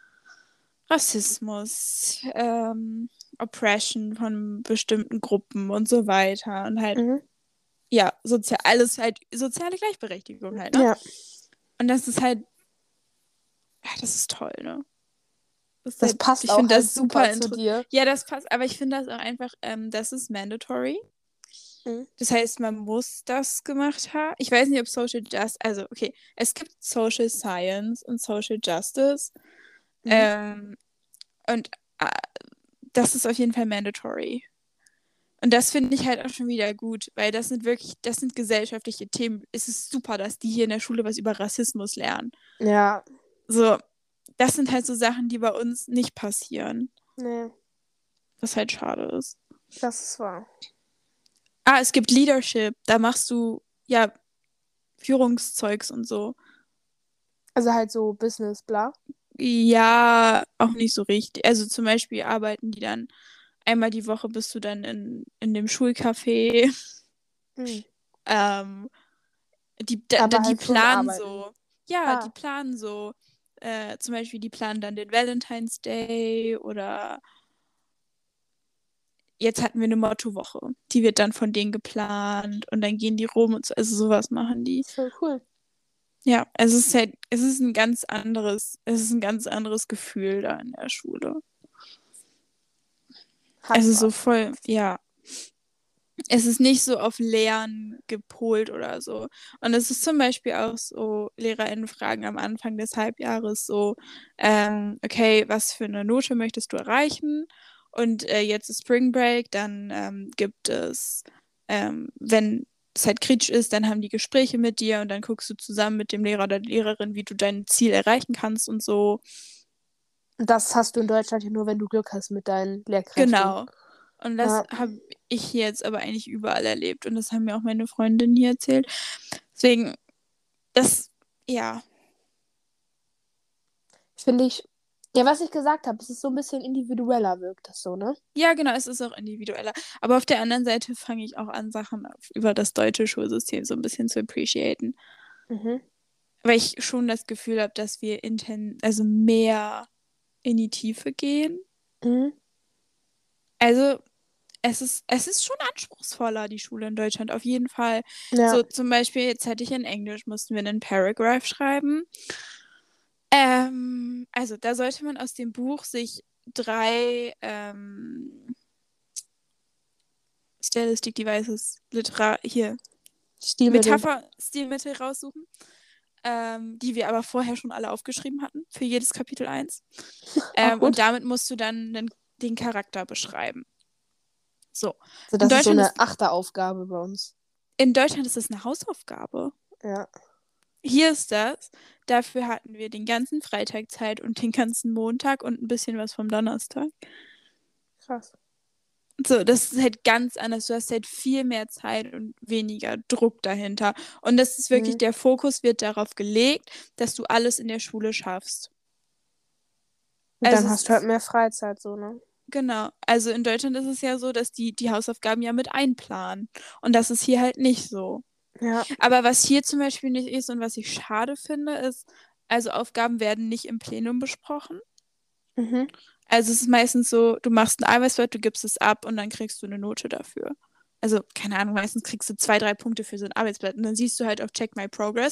Rassismus, Oppression von bestimmten Gruppen und so weiter. Und halt, Mhm. ja, alles halt soziale Gleichberechtigung halt, ne? Ja, Und das ist halt, ja, das ist toll, ne? Das ist das halt, passt ich auch finde halt das super super zu interessant. dir. Ja, das passt, aber ich finde das auch einfach, das ist mandatory. Mhm. Das heißt, man muss das gemacht haben. Ich weiß nicht, ob Social Justice, also okay, es gibt Social Science und Social Justice. Mhm. Ähm, und das ist auf jeden Fall mandatory. Und das finde ich halt auch schon wieder gut, weil das sind gesellschaftliche Themen. Es ist super, dass die hier in der Schule was über Rassismus lernen. Ja, So, das sind halt so Sachen, die bei uns nicht passieren, nee, was halt schade ist. das ist wahr. Ah, es gibt Leadership, da machst du ja Führungszeugs und so. Also halt so Business, bla. Ja, auch nicht so richtig. Also zum Beispiel arbeiten die dann einmal die Woche bist du dann in dem Schulcafé. Mhm. Ähm, Aber die halt schon planen arbeiten. so. Ja, die Ah, planen so. Zum Beispiel, die planen dann den Valentine's Day oder jetzt hatten wir eine Mottowoche. Die wird dann von denen geplant und dann gehen die rum und so. Also sowas machen die. ist voll cool. Ja, es ist es ist ein ganz anderes Gefühl da in der Schule. Hat Es ist so was. voll, ja. Es ist nicht so auf Lernen gepolt oder so. Und es ist zum Beispiel auch so, LehrerInnen fragen am Anfang des Halbjahres so, okay, was für eine Note möchtest du erreichen? Und jetzt ist Spring Break, dann gibt es, wenn es halt kritisch ist, dann haben die Gespräche mit dir und dann guckst du zusammen mit dem Lehrer oder der Lehrerin, wie du dein Ziel erreichen kannst und so. Das hast du in Deutschland ja nur, wenn du Glück hast mit deinen Lehrkräften. Genau. Und das Ja. habe ich hier jetzt aber eigentlich überall erlebt. Und das haben mir auch meine Freundinnen hier erzählt. Deswegen, das, ja. Finde ich, ja, was ich gesagt habe, es ist so ein bisschen individueller, wirkt das so, ne? Ja, genau, es ist auch individueller. Aber auf der anderen Seite fange ich auch an, Sachen über das deutsche Schulsystem so ein bisschen zu appreciaten. Mhm. Weil ich schon das Gefühl habe, dass wir also mehr in die Tiefe gehen. Mhm. Also, es ist schon anspruchsvoller, die Schule in Deutschland, auf jeden Fall. Ja, So zum Beispiel, jetzt hatte ich in Englisch, mussten wir einen Paragraph schreiben. Also da sollte man aus dem Buch sich drei Stylistic Devices, hier, Stilmittel. Stilmittel raussuchen, die wir aber vorher schon alle aufgeschrieben hatten, für jedes Kapitel 1. Auch Und gut. damit musst du dann den Charakter beschreiben. So. Also In das ist so Deutschland eine ist, Achteraufgabe bei uns. in Deutschland ist das eine Hausaufgabe. Ja, Hier ist das. Dafür hatten wir den ganzen Freitag Zeit und den ganzen Montag und ein bisschen was vom Donnerstag. krass. So, das ist halt ganz anders. Du hast halt viel mehr Zeit und weniger Druck dahinter. Und das ist wirklich, Mhm. der Fokus wird darauf gelegt, dass du alles in der Schule schaffst. Und Also dann es hast du halt ist, mehr Freizeit, so, ne? genau. Also in Deutschland ist es ja so, dass die Hausaufgaben ja mit einplanen. Und das ist hier halt nicht so. Ja. Aber was hier zum Beispiel nicht ist und was ich schade finde, ist, also Aufgaben werden nicht im Plenum besprochen. Mhm. Also es ist meistens so, du machst ein Arbeitsblatt, du gibst es ab und dann kriegst du eine Note dafür. Also, keine Ahnung, meistens kriegst du 2, 3 Punkte für so ein Arbeitsblatt und dann siehst du halt auf Check My Progress,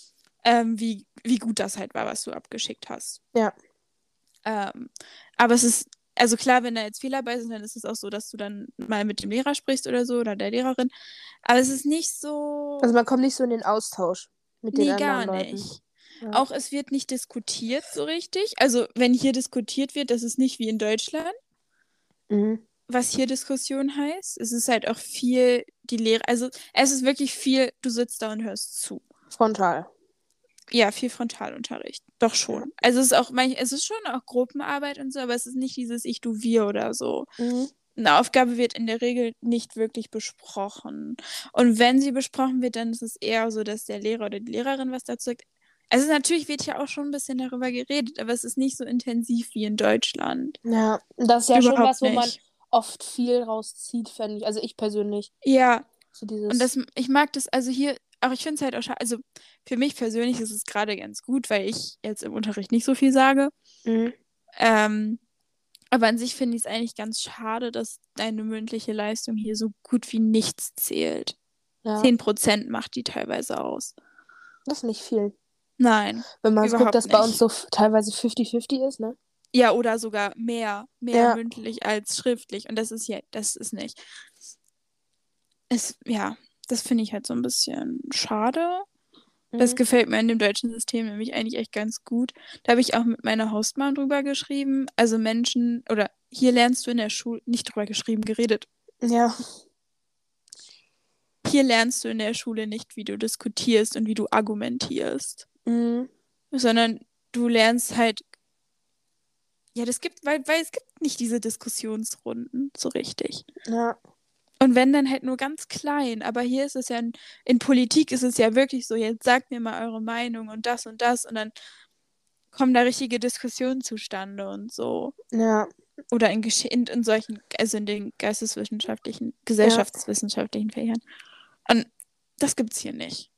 wie gut das halt war, was du abgeschickt hast. Ja. Ähm, aber es ist, also klar, wenn da jetzt Fehler bei sind, dann ist es auch so, dass du dann mal mit dem Lehrer sprichst oder so oder der Lehrerin. Aber es ist nicht Also so, man kommt nicht so in den Austausch mit den nee, anderen gar Leuten. nicht. Ja. Auch es wird nicht diskutiert so richtig. Also, wenn hier diskutiert wird, das ist nicht wie in Deutschland, Mhm. was hier Diskussion heißt. Es ist halt auch viel die Lehre, also es ist wirklich viel, du sitzt da und hörst zu. Frontal. Ja, viel Frontalunterricht. Doch Ja. schon. Also es ist schon auch Gruppenarbeit und so, aber es ist nicht dieses Ich, du, wir oder so. Mhm. Eine Aufgabe wird in der Regel nicht wirklich besprochen. Und wenn sie besprochen wird, dann ist es eher so, dass der Lehrer oder die Lehrerin was dazu sagt. Also natürlich wird ja auch schon ein bisschen darüber geredet, aber es ist nicht so intensiv wie in Deutschland. Ja, das ist ja schon Überhaupt was, wo man nicht. oft viel rauszieht, fände ich. Also ich persönlich. Ja, So und dieses. ich mag das, also hier, auch ich finde es halt auch schade, also für mich persönlich ist es gerade ganz gut, weil ich jetzt im Unterricht nicht so viel sage. Mhm. Ähm, aber an sich finde ich es eigentlich ganz schade, dass deine mündliche Leistung hier so gut wie nichts zählt. Ja, 10% macht die teilweise aus. das ist nicht viel. Nein, Wenn man so guckt, überhaupt dass bei uns nicht. so teilweise 50-50 ist, ne? Ja, oder sogar mehr Ja. mündlich als schriftlich. Und das ist nicht. Ja, das finde ich halt so ein bisschen schade. Das Mhm. gefällt mir in dem deutschen System nämlich eigentlich echt ganz gut. Da habe ich auch mit meiner Hostmom drüber geschrieben. Also Menschen, oder hier lernst du in der Schule, nicht drüber geschrieben, geredet. Ja. Hier lernst du in der Schule nicht, wie du diskutierst und wie du argumentierst, Mhm. sondern du lernst halt, ja, weil es gibt nicht diese Diskussionsrunden so richtig. Ja. Und wenn dann halt nur ganz klein, aber hier ist es ja, in Politik ist es ja wirklich so, jetzt sagt mir mal eure Meinung und das und dann kommen da richtige Diskussionen zustande und so. Ja. Oder in solchen, also in den geisteswissenschaftlichen, Ja. gesellschaftswissenschaftlichen Fächern. Und das gibt's hier nicht.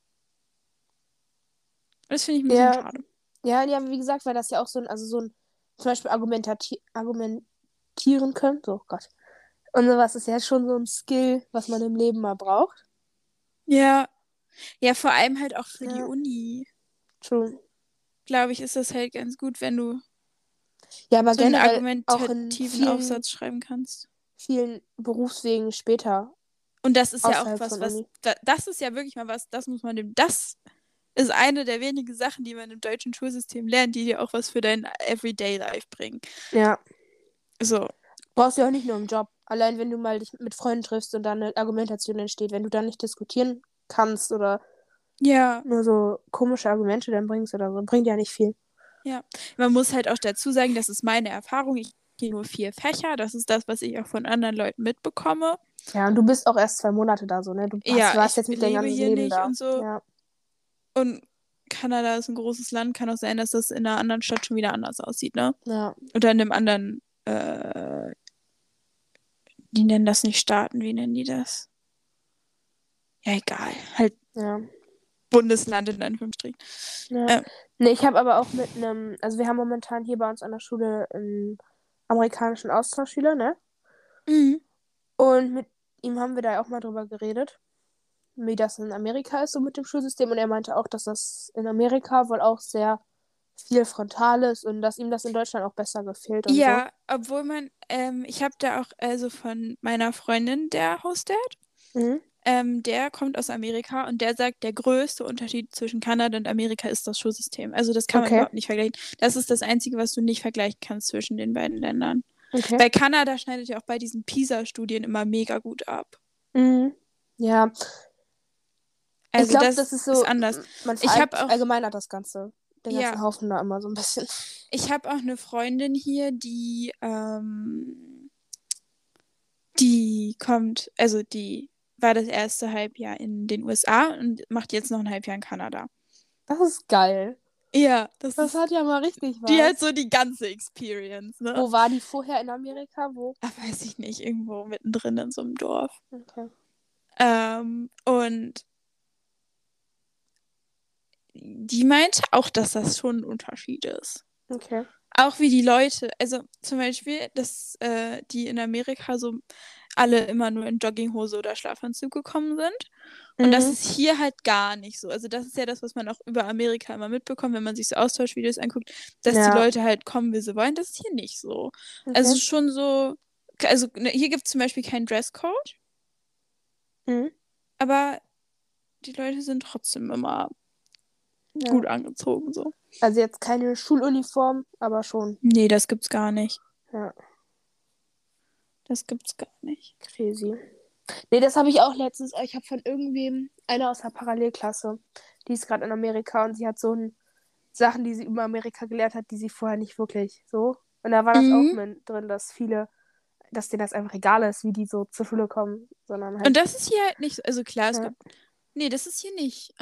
Und das finde ich ein bisschen Ja. schade. Ja, ja, wie gesagt, weil das ja auch so ein, also so ein, zum Beispiel argumentieren können. So, Gott. Und sowas ist ja schon so ein Skill, was man im Leben mal braucht. Ja, ja, vor allem halt auch für die Ja. Uni. true. glaube ich, ist das halt ganz gut, wenn du Ja, aber so einen generell auch in argumentativen Aufsatz schreiben kannst. vielen Berufswegen später Und das ist ja auch außerhalb was, von Uni. das ist ja wirklich mal was, das muss man das ist eine der wenigen Sachen, die man im deutschen Schulsystem lernt, die dir auch was für dein Everyday Life bringen. Ja. So. Brauchst du ja auch nicht nur im Job. Allein wenn du mal dich mit Freunden triffst und dann eine Argumentation entsteht, wenn du dann nicht diskutieren kannst oder Ja. nur so komische Argumente dann bringst oder so, bringt ja nicht viel. Ja. Man muss halt auch dazu sagen, das ist meine Erfahrung. Ich gehe nur 4 Fächer. Das ist das, was ich auch von anderen Leuten mitbekomme. Ja, und du bist auch erst 2 Monate da, so, ne? Du Ja, warst ich jetzt nicht dein lebe ganzes hier Leben nicht da. und so. Ja. Und Kanada ist ein großes Land. Kann auch sein, dass das in einer anderen Stadt schon wieder anders aussieht, ne? Ja. Oder in einem anderen, die nennen das nicht Staaten, wie nennen die das? Ja, egal. Halt Ja. Bundesland in Anführungsstrichen. Ja. Ne, ich habe aber auch mit einem, also wir haben momentan hier bei uns an der Schule einen amerikanischen Austauschschüler, ne? Mhm. Und mit ihm haben wir da auch mal drüber geredet, wie das in Amerika ist, so mit dem Schulsystem. Und er meinte auch, dass das in Amerika wohl auch sehr viel frontal ist und dass ihm das in Deutschland auch besser gefällt und so. Ja, obwohl ich habe da auch, also von meiner Freundin, der Hostess, Mhm. der kommt aus Amerika und der sagt, der größte Unterschied zwischen Kanada und Amerika ist das Schulsystem. Also das kann man Okay. überhaupt nicht vergleichen. Das ist das Einzige, was du nicht vergleichen kannst zwischen den beiden Ländern. Okay. Weil Kanada schneidet ja auch bei diesen PISA-Studien immer mega gut ab. Mhm. Ja. Also Ich glaube, das das ist so, ist anders. man Ich habe auch, verallgemeinert das Ganze. Den ja, ganzen Haufen da immer so ein bisschen. ich habe auch eine Freundin hier, die kommt, also die war das erste Halbjahr in den USA und macht jetzt noch ein Halbjahr in Kanada. Das ist geil. Ja, Das hat ja mal richtig die was. hat so die ganze Experience, ne? Wo war die vorher in Amerika? Wo? Ach, weiß ich nicht, irgendwo mittendrin in so einem Dorf. Okay. Und die meinte auch, dass das schon ein Unterschied ist. Okay. Auch wie die Leute, also zum Beispiel, dass die in Amerika so alle immer nur in Jogginghose oder Schlafanzug gekommen sind. Und das ist hier halt gar nicht so. Also das ist ja das, was man auch über Amerika immer mitbekommt, wenn man sich so Austauschvideos anguckt, dass die Leute halt kommen, wie sie wollen. Das ist hier nicht so. Okay. Also schon so, also hier gibt es zum Beispiel keinen Dresscode, aber die Leute sind trotzdem immer gut angezogen so. Also jetzt keine Schuluniform, aber schon. Nee, das gibt's gar nicht. Ja. Das gibt's gar nicht. Crazy. Nee, das habe ich auch letztens. Ich habe von irgendwem, einer aus der Parallelklasse, die ist gerade in Amerika und sie hat so Sachen, die sie über Amerika gelernt hat, die sie vorher nicht wirklich so. Und da war das auch mit drin, dass denen das einfach egal ist, wie die so zur Schule kommen, sondern halt. Und das ist hier halt nicht so. Also klar, es gibt. Nee, das ist hier nicht.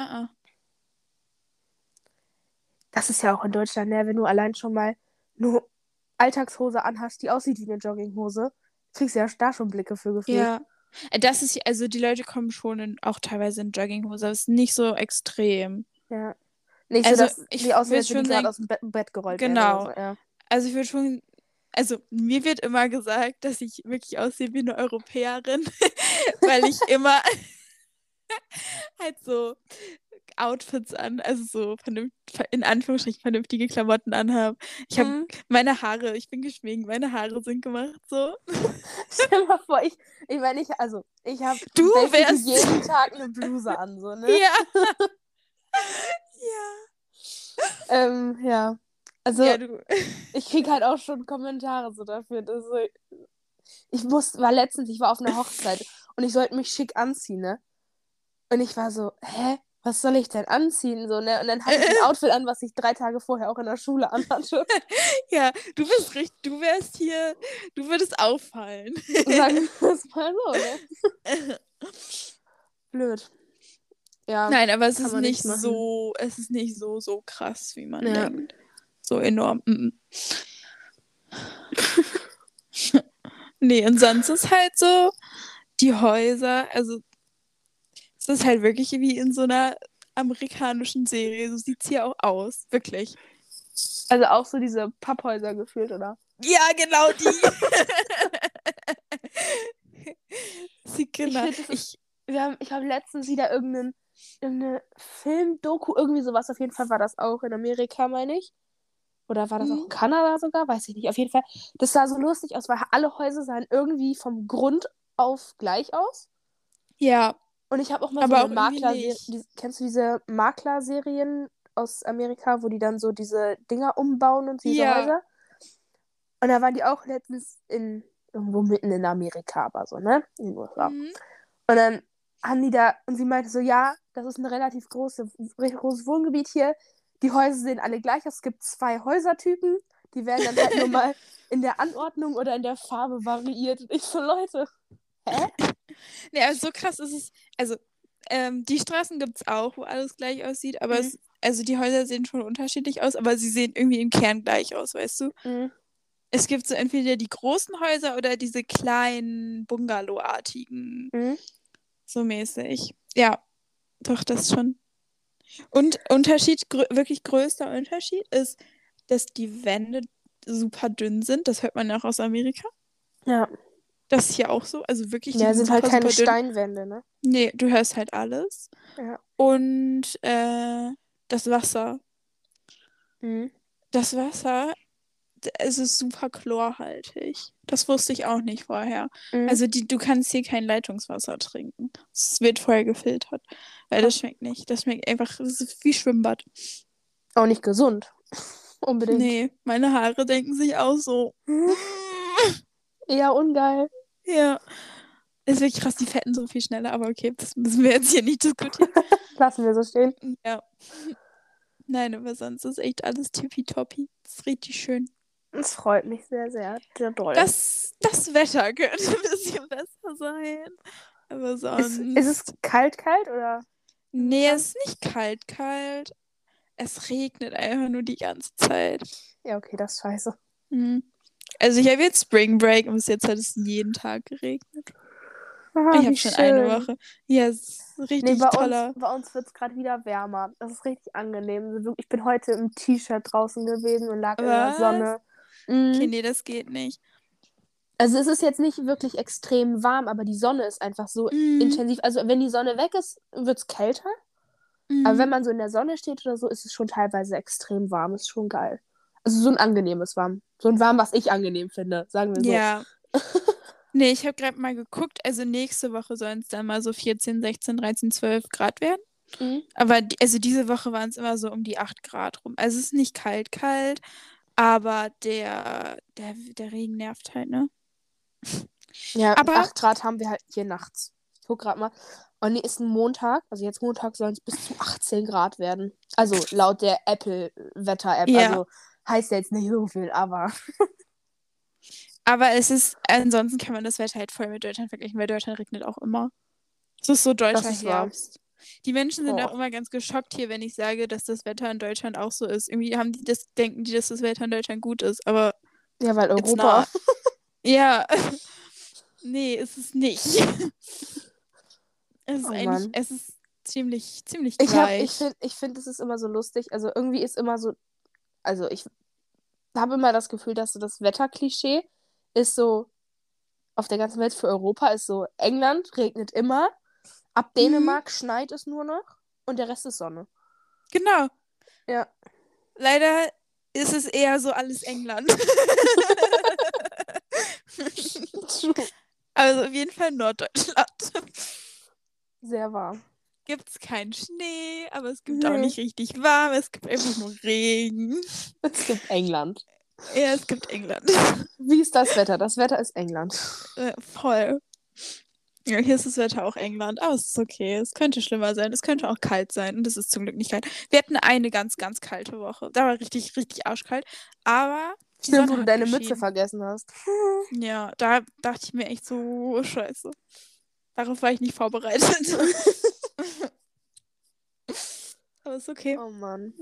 Das ist ja auch in Deutschland, ne? Wenn du allein schon mal nur Alltagshose anhast, die aussieht wie eine Jogginghose, kriegst du ja da schon Blicke für gefühlt. Ja. Das ist, also die Leute kommen schon auch teilweise in Jogginghose. Das ist nicht so extrem. Ja. Nicht Also, so, dass die aussehen, als wenn die gerade aus dem Bett gerollt werden. Genau. Oder so, ja. Also ich würde schon. Also mir wird immer gesagt, dass ich wirklich aussehe wie eine Europäerin, weil ich immer halt so Outfits an, also so in Anführungsstrichen vernünftige Klamotten anhabe. Ich habe meine Haare, ich bin geschminkt, meine Haare sind gemacht, so. Stell dir mal vor, ich meine, ich habe jeden Tag eine Bluse an, so, ne? Ja. Ja. Also, ja, ich krieg halt auch schon Kommentare so dafür. Dass ich war auf einer Hochzeit und ich sollte mich schick anziehen, ne? Und ich war so, hä? Was soll ich denn anziehen? So, ne? Und dann hatte ich ein Outfit an, was ich 3 Tage vorher auch in der Schule anhatte. Ja, du wärst hier, du würdest auffallen. Sagen wir es mal so, ne? Blöd. Ja. Nein, aber es ist nicht so krass, wie man denkt. So enorm. Nee, und sonst ist halt so, die Häuser, also es ist halt wirklich wie in so einer amerikanischen Serie. So sieht es hier auch aus. Wirklich. Also auch so diese Papphäuser gefühlt, oder? Ja, genau die. Ich habe letztens wieder irgendeinen eine Film-Doku, irgendwie sowas. Auf jeden Fall war das auch in Amerika, meine ich. Oder war das auch in Kanada sogar? Weiß ich nicht. Auf jeden Fall, das sah so lustig aus, weil alle Häuser sahen irgendwie vom Grund auf gleich aus. Ja, Und ich habe auch mal so aber eine auch irgendwie Maklerserie. nicht. Kennst du diese Maklerserien aus Amerika, wo die dann so diese Dinger umbauen und diese Ja. Häuser? Und da waren die auch letztens irgendwo mitten in Amerika, aber so, ne? In den USA. Mhm. Und dann haben die da, und sie meinte so, ja, das ist ein relativ großes Wohngebiet hier. Die Häuser sehen alle gleich aus. Es gibt 2 Häusertypen. Die werden dann halt nur mal in der Anordnung oder in der Farbe variiert. Und ich so, Leute, hä? Nee, also so krass ist es. Also, die Straßen gibt es auch, wo alles gleich aussieht, aber Mhm. also die Häuser sehen schon unterschiedlich aus, aber sie sehen irgendwie im Kern gleich aus, weißt du? Mhm. Es gibt so entweder die großen Häuser oder diese kleinen Bungalow-artigen, Mhm. so mäßig. Ja, doch, das schon. Und wirklich größter Unterschied ist, dass die Wände super dünn sind. Das hört man ja auch aus Amerika. Ja. Das ist hier auch so. Also wirklich, die Ja, sind sind halt super, keine super dünn. Steinwände, ne? Nee, du hörst halt alles. Ja. Und das Wasser. Mhm. Das Wasser, es ist super chlorhaltig. Das wusste ich auch nicht vorher. Mhm. Also du kannst hier kein Leitungswasser trinken. Es wird vorher gefiltert. Weil das Krass. schmeckt nicht. Das schmeckt einfach, das ist wie Schwimmbad. Auch nicht gesund. Unbedingt. Nee, meine Haare denken sich auch so. Mhm. Eher ungeil. Ja. Ist wirklich krass, die fetten so viel schneller, aber okay, das müssen wir jetzt hier nicht diskutieren. Lassen wir so stehen. Ja. Nein, aber sonst ist echt alles tippitoppi. Das ist richtig schön. Es freut mich sehr, sehr, sehr doll. Das Wetter könnte ein bisschen besser sein. Aber Ist sonst. es kalt, kalt oder? Nee, es ist nicht kalt, kalt. Es regnet einfach nur die ganze Zeit. Ja, okay, das ist scheiße. Mhm. Also ich habe jetzt Spring Break und bis jetzt hat es jeden Tag geregnet. Ah, Ich wie habe schon eine schön. Woche. Ja, es ist Nee, richtig toller. bei uns wird es gerade wieder wärmer. Das ist richtig angenehm. Also wirklich, ich bin heute im T-Shirt draußen gewesen und lag in der Was? Sonne. Okay, Mhm. nee, das geht nicht. Also es ist jetzt nicht wirklich extrem warm, aber die Sonne ist einfach so Mhm. intensiv. Also wenn die Sonne weg ist, wird es kälter. Aber wenn Mhm. man so in der Sonne steht oder so, ist es schon teilweise extrem warm. Ist schon geil. Also so ein angenehmes Warm. So ein Warm, was ich angenehm finde, sagen wir so. Ja. Nee, ich habe gerade mal geguckt. Also nächste Woche sollen es dann mal so 14, 16, 13, 12 Grad werden. Mhm. Aber also diese Woche waren es immer so um die 8 Grad rum. Also es ist nicht kalt, kalt, aber der Regen nervt halt, ne? Ja, Aber 8 Grad haben wir halt hier nachts. Ich guck gerade mal. Und nee, ist ein Montag. Also jetzt Montag sollen es bis zu 18 Grad werden. Also laut der Apple-Wetter-App. ja, Also heißt ja jetzt nicht so viel, aber. aber es ist, ansonsten kann man das Wetter halt voll mit Deutschland vergleichen, weil Deutschland regnet auch immer. Es ist so Das deutscher ist wahr. Herbst. Die Menschen sind Oh. auch immer ganz geschockt hier, wenn ich sage, dass das Wetter in Deutschland auch so ist. Irgendwie denken die, dass das Wetter in Deutschland gut ist, aber Ja, weil it's Europa. not. Ja, nee, ist es nicht. Es ist Oh eigentlich, Mann. es ist ziemlich gleich. Ich finde, es ist immer so lustig. Also irgendwie ist immer so. Also ich habe immer das Gefühl, dass so das Wetterklischee ist so auf der ganzen Welt für Europa ist so England regnet immer. Ab Mhm, Dänemark schneit es nur noch und der Rest ist Sonne. genau. Ja. Leider ist es eher so alles England. True. Also auf jeden Fall Norddeutschland. Sehr warm. Gibt es keinen Schnee, aber es gibt auch Nee. nicht richtig warm. Es gibt einfach nur Regen. Es gibt England. Ja, es gibt England. Wie ist das Wetter? Das Wetter ist England. Voll. Ja, hier ist das Wetter auch England, aber es ist okay. Es könnte schlimmer sein. Es könnte auch kalt sein und es ist zum Glück nicht kalt. Wir hatten eine ganz kalte Woche. Da war richtig arschkalt. Aber die Stimmt, wo Sonne du hat deine Mütze geschienen. vergessen hast. Ja, da dachte ich mir echt so, oh, Scheiße. Darauf war ich nicht vorbereitet. Aber ist okay. Oh Mann.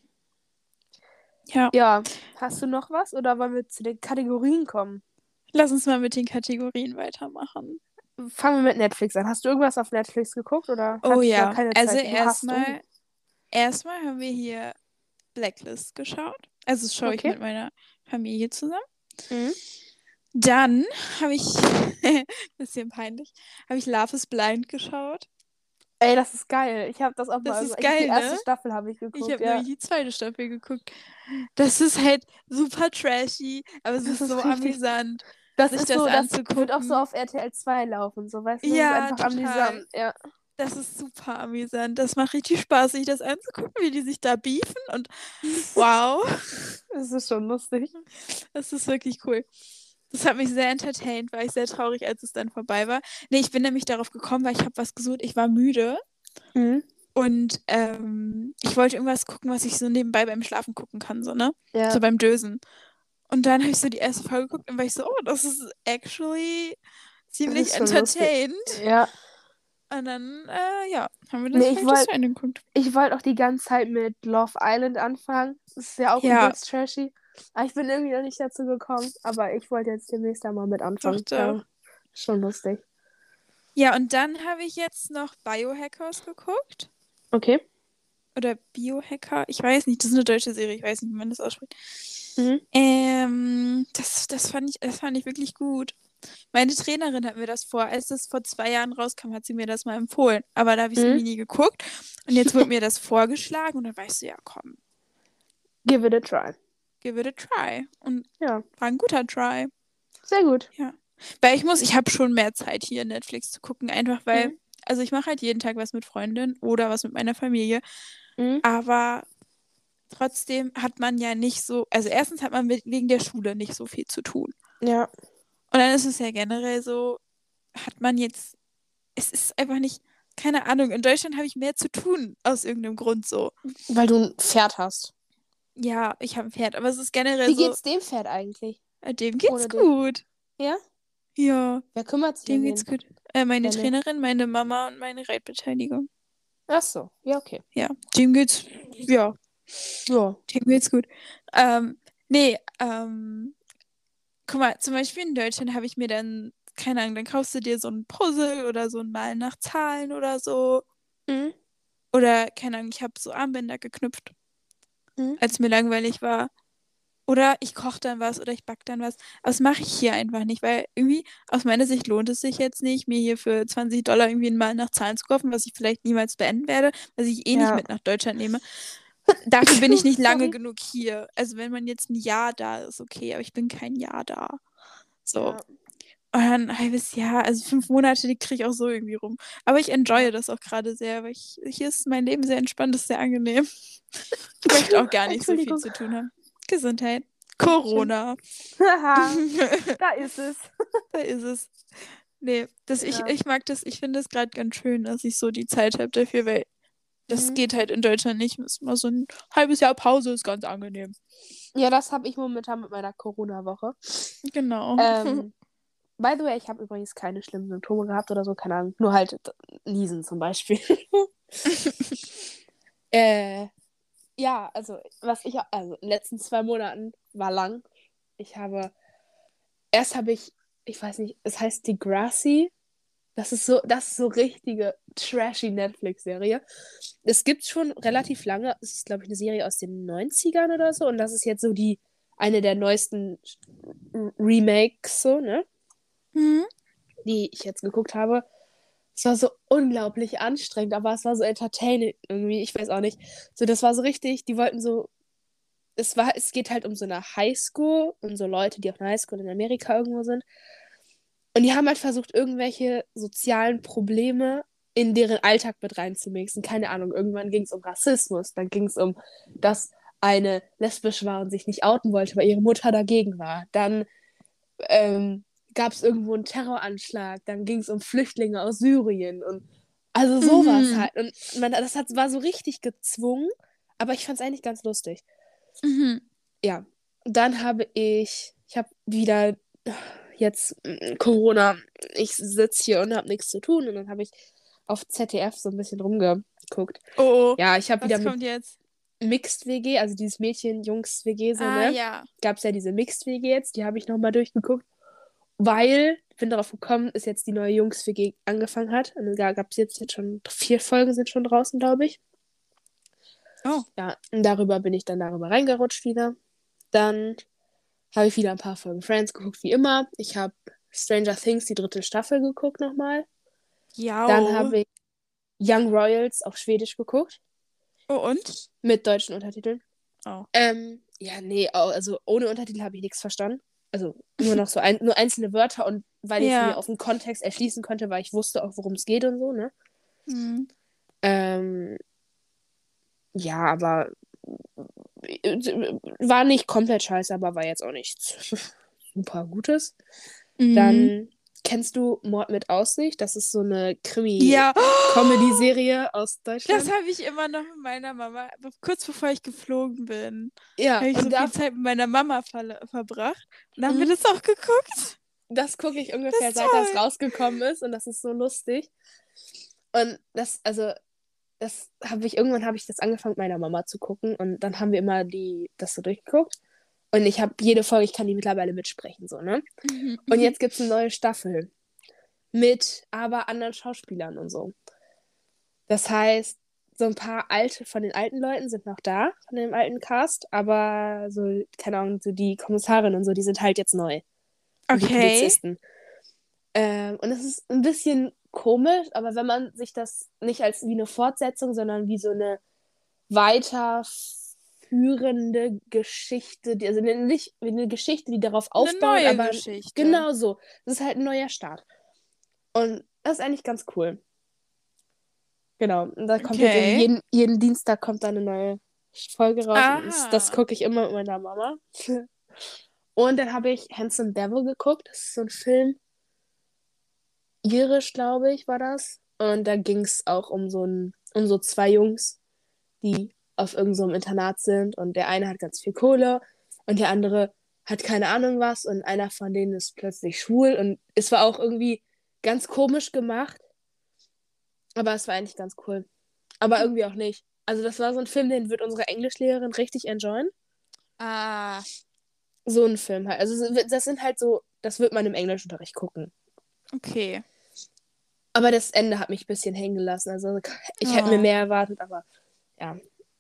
Ja, Ja, hast du noch was oder wollen wir zu den Kategorien kommen? lass uns mal mit den Kategorien weitermachen. Fangen wir mit Netflix an. Hast du irgendwas auf Netflix geguckt oder Oh hatte ich da ja, keine also Zeit? Du hast. Oh, erstmal haben wir hier Blacklist geschaut. Also das schaue ich okay. mit meiner Familie zusammen. Mhm. Dann habe ich, bisschen peinlich, habe ich Love is Blind geschaut. Ey, das ist geil. Ich habe das auch Das mal ist die geil, erste ne? Staffel habe ich Ich geguckt, habe ja. nämlich die zweite Staffel geguckt. Das ist halt super trashy, aber es Das ist so ist richtig. amüsant, Das sich ist das so, das wird auch so anzugucken. auf RTL 2 laufen, so, weißt du, das ist Ja, einfach total. amüsant, ja. Das ist super amüsant. Das macht richtig Spaß, sich das anzugucken, wie die sich da beefen und wow, Das ist schon lustig. das ist wirklich cool. Das hat mich sehr entertained, war ich sehr traurig, als es dann vorbei war. Nee, ich bin nämlich darauf gekommen, weil ich habe was gesucht. Ich war müde Mhm. und ich wollte irgendwas gucken, was ich so nebenbei beim Schlafen gucken kann, so, ne? So Ja, beim Dösen. Und dann habe ich so die erste Folge geguckt und war ich so, oh, das ist actually das ziemlich ist schon lustig. entertained. Ja. Und dann, ja, haben wir Nee, das halt das zu Ende geguckt. ich wollte auch die ganze Zeit mit Love Island anfangen. Das ist ja auch Ja, übelst trashy. Aber ich bin irgendwie noch nicht dazu gekommen. Aber ich wollte jetzt demnächst da mal mit doch, anfangen. doch. Ja, schon lustig. Ja, und dann habe ich jetzt noch Biohackers geguckt. Okay. Oder Biohacker. Ich weiß nicht, das ist eine deutsche Serie, ich weiß nicht, wie man das ausspricht. Mhm. Das fand ich wirklich gut. Meine Trainerin hat mir das als das vor 2 Jahren rauskam, hat sie mir das mal empfohlen. Aber da habe ich es Mhm. irgendwie nie geguckt. Und jetzt wurde mir das vorgeschlagen und dann weißt du, ja, komm, Give it a try. give it a try. Und Ja, war ein guter Try. sehr gut. Ja. Weil ich habe schon mehr Zeit hier Netflix zu gucken, einfach weil, Mhm. also ich mache halt jeden Tag was mit Freundinnen oder was mit meiner Familie. Mhm. Aber trotzdem hat man ja nicht so, also erstens hat man wegen der Schule nicht so viel zu tun. Ja, Und dann ist es ja generell so, hat man jetzt, es ist einfach nicht, keine Ahnung, in Deutschland habe ich mehr zu tun, aus irgendeinem Grund so. weil du ein Pferd hast. Ja, ich habe ein Pferd, aber es ist generell Wie so, geht's dem Pferd eigentlich? dem geht's Ohne dich? gut. Ja? Ja, Wer kümmert sich um dem geht's den? gut. Meine Deine. Trainerin, meine Mama und meine Reitbeteiligung. Ach so. Ja, okay. Ja, dem geht's, ja, Ja. dem geht's gut. Nee, guck mal, zum Beispiel in Deutschland habe ich mir dann, keine Ahnung, dann kaufst du dir so ein Puzzle oder so ein Malen nach Zahlen oder so. Mhm. Oder, keine Ahnung, ich habe so Armbänder geknüpft, Mhm. als mir langweilig war. Oder ich koche dann was oder ich backe dann was. Aber das mache ich hier einfach nicht, weil irgendwie aus meiner Sicht lohnt es sich jetzt nicht, mir hier für $20 irgendwie ein Mal nach Zahlen zu kaufen, was ich vielleicht niemals beenden werde, was ich eh nicht Ja. mit nach Deutschland nehme. Dafür bin ich nicht lange Sorry. genug hier. Also wenn man jetzt ein Jahr da ist, okay, aber ich bin kein Jahr da. So. Ja. Und dann ein halbes Jahr, also 5 Monate, die kriege ich auch so irgendwie rum. Aber ich enjoye Ja. das auch gerade sehr, weil hier ist mein Leben sehr entspannt, ist sehr angenehm. Ich möchte auch gar nicht so viel Entschuldigung. zu tun haben. Gesundheit. Dankeschön. Corona. Haha, da ist es. Da ist es. Nee, ich, Ja. ich mag das, ich finde es gerade ganz schön, dass ich so die Zeit habe dafür, weil das Mhm. geht halt in Deutschland nicht. Ist mal so ein halbes Jahr Pause, ist ganz angenehm. Ja, das habe ich momentan mit meiner Corona-Woche. Genau. Ähm, by the way, ich habe übrigens keine schlimmen Symptome gehabt oder so, keine Ahnung. Nur halt Niesen zum Beispiel. äh, ja, also also in den letzten 2 Monaten war lang. Ich habe, erst habe ich weiß nicht, es heißt Degrassi. Das ist so richtige trashy Netflix-Serie. Es gibt schon relativ lange, es ist, glaube ich, eine Serie aus den 90ern oder so. Und das ist jetzt so eine der neuesten Remakes, so, ne? Mhm. Die ich jetzt geguckt habe. Es war so unglaublich anstrengend, aber es war so entertaining irgendwie. Ich weiß auch nicht. So, das war so richtig, die wollten so. Es geht halt um so eine Highschool und so Leute, die auf einer Highschool in Amerika irgendwo sind. Und die haben halt versucht, irgendwelche sozialen Probleme in deren Alltag mit reinzumixen. Keine Ahnung, irgendwann ging es um Rassismus, dann ging es um, dass eine lesbisch war und sich nicht outen wollte, weil ihre Mutter dagegen war. Dann gab es irgendwo einen Terroranschlag, dann ging es um Flüchtlinge aus Syrien und also sowas Mhm. halt. Und war so richtig gezwungen, aber ich fand es eigentlich ganz lustig. Mhm. Ja, dann ich habe wieder jetzt Corona, ich sitze hier und habe nichts zu tun und dann habe ich auf ZDF so ein bisschen rumgeguckt. Oh, oh. Ja, ich habe wieder Was mit kommt jetzt? Mixed WG, also dieses Mädchen-Jungs-WG, so, Ah, ne? ja. Gab es ja diese Mixed WG jetzt, die habe ich nochmal durchgeguckt, weil, ich bin darauf gekommen, ist jetzt die neue Jungs-WG angefangen hat. Und da gab es jetzt schon 4 Folgen sind schon draußen, glaube ich. Oh. Ja, und bin ich dann darüber reingerutscht wieder. Dann habe ich wieder ein paar Folgen Friends geguckt, wie immer. Ich habe Stranger Things, die 3. Staffel geguckt nochmal. Dann Ja. habe ich Young Royals auf Schwedisch geguckt. Oh, und? Mit deutschen Untertiteln. Oh. Ja, nee, also ohne Untertitel habe ich nichts verstanden. Also nur noch nur einzelne Wörter und weil ich es mir auf den Kontext erschließen konnte, weil ich wusste auch, worum es geht und so, ne? Mhm. Ja, aber war nicht komplett scheiße, aber war jetzt auch nichts super Gutes. Dann kennst du Mord mit Aussicht? Das ist so eine Krimi-Comedy-Serie aus Deutschland. Das habe ich immer noch mit meiner Mama, kurz bevor ich geflogen bin. Ja, habe ich so viel Zeit mit meiner Mama verbracht. Und dann haben wir das auch geguckt. Das gucke ich ungefähr, seit das rausgekommen ist. Und das ist so lustig. Und irgendwann habe ich das angefangen, mit meiner Mama zu gucken. Und dann haben wir immer das so durchgeguckt. Und ich habe jede Folge, ich kann die mittlerweile mitsprechen, so, ne? Und jetzt gibt es eine neue Staffel. Mit aber anderen Schauspielern und so. Das heißt, so ein paar von den alten Leuten sind noch da, von dem alten Cast. Aber so, keine Ahnung, so die Kommissarin und so, die sind halt jetzt neu. Und die Polizisten. Und es ist ein bisschen komisch, aber wenn man sich das nicht als wie eine Fortsetzung, sondern wie so eine weiterführende Geschichte, also nicht eine Geschichte, die darauf aufbaut, eine neue aber Geschichte. Genau so. Das ist halt ein neuer Start. Und das ist eigentlich ganz cool. Genau. Und da kommt jetzt jeden Dienstag kommt da eine neue Folge raus. Und das gucke ich immer mit meiner Mama. Und dann habe ich Handsome Devil geguckt. Das ist so ein Film. Irisch, glaube ich, war das. Und da ging es auch um so zwei Jungs, die auf irgendeinem so Internat sind. Und der eine hat ganz viel Kohle und der andere hat keine Ahnung was. Und einer von denen ist plötzlich schwul. Und es war auch irgendwie ganz komisch gemacht. Aber es war eigentlich ganz cool. Aber irgendwie auch nicht. Also das war so ein Film, den wird unsere Englischlehrerin richtig enjoyen. So ein Film halt. Also das sind halt so, das wird man im Englischunterricht gucken. Okay. Aber das Ende hat mich ein bisschen hängen gelassen. Also ich hätte mir mehr erwartet, aber ja.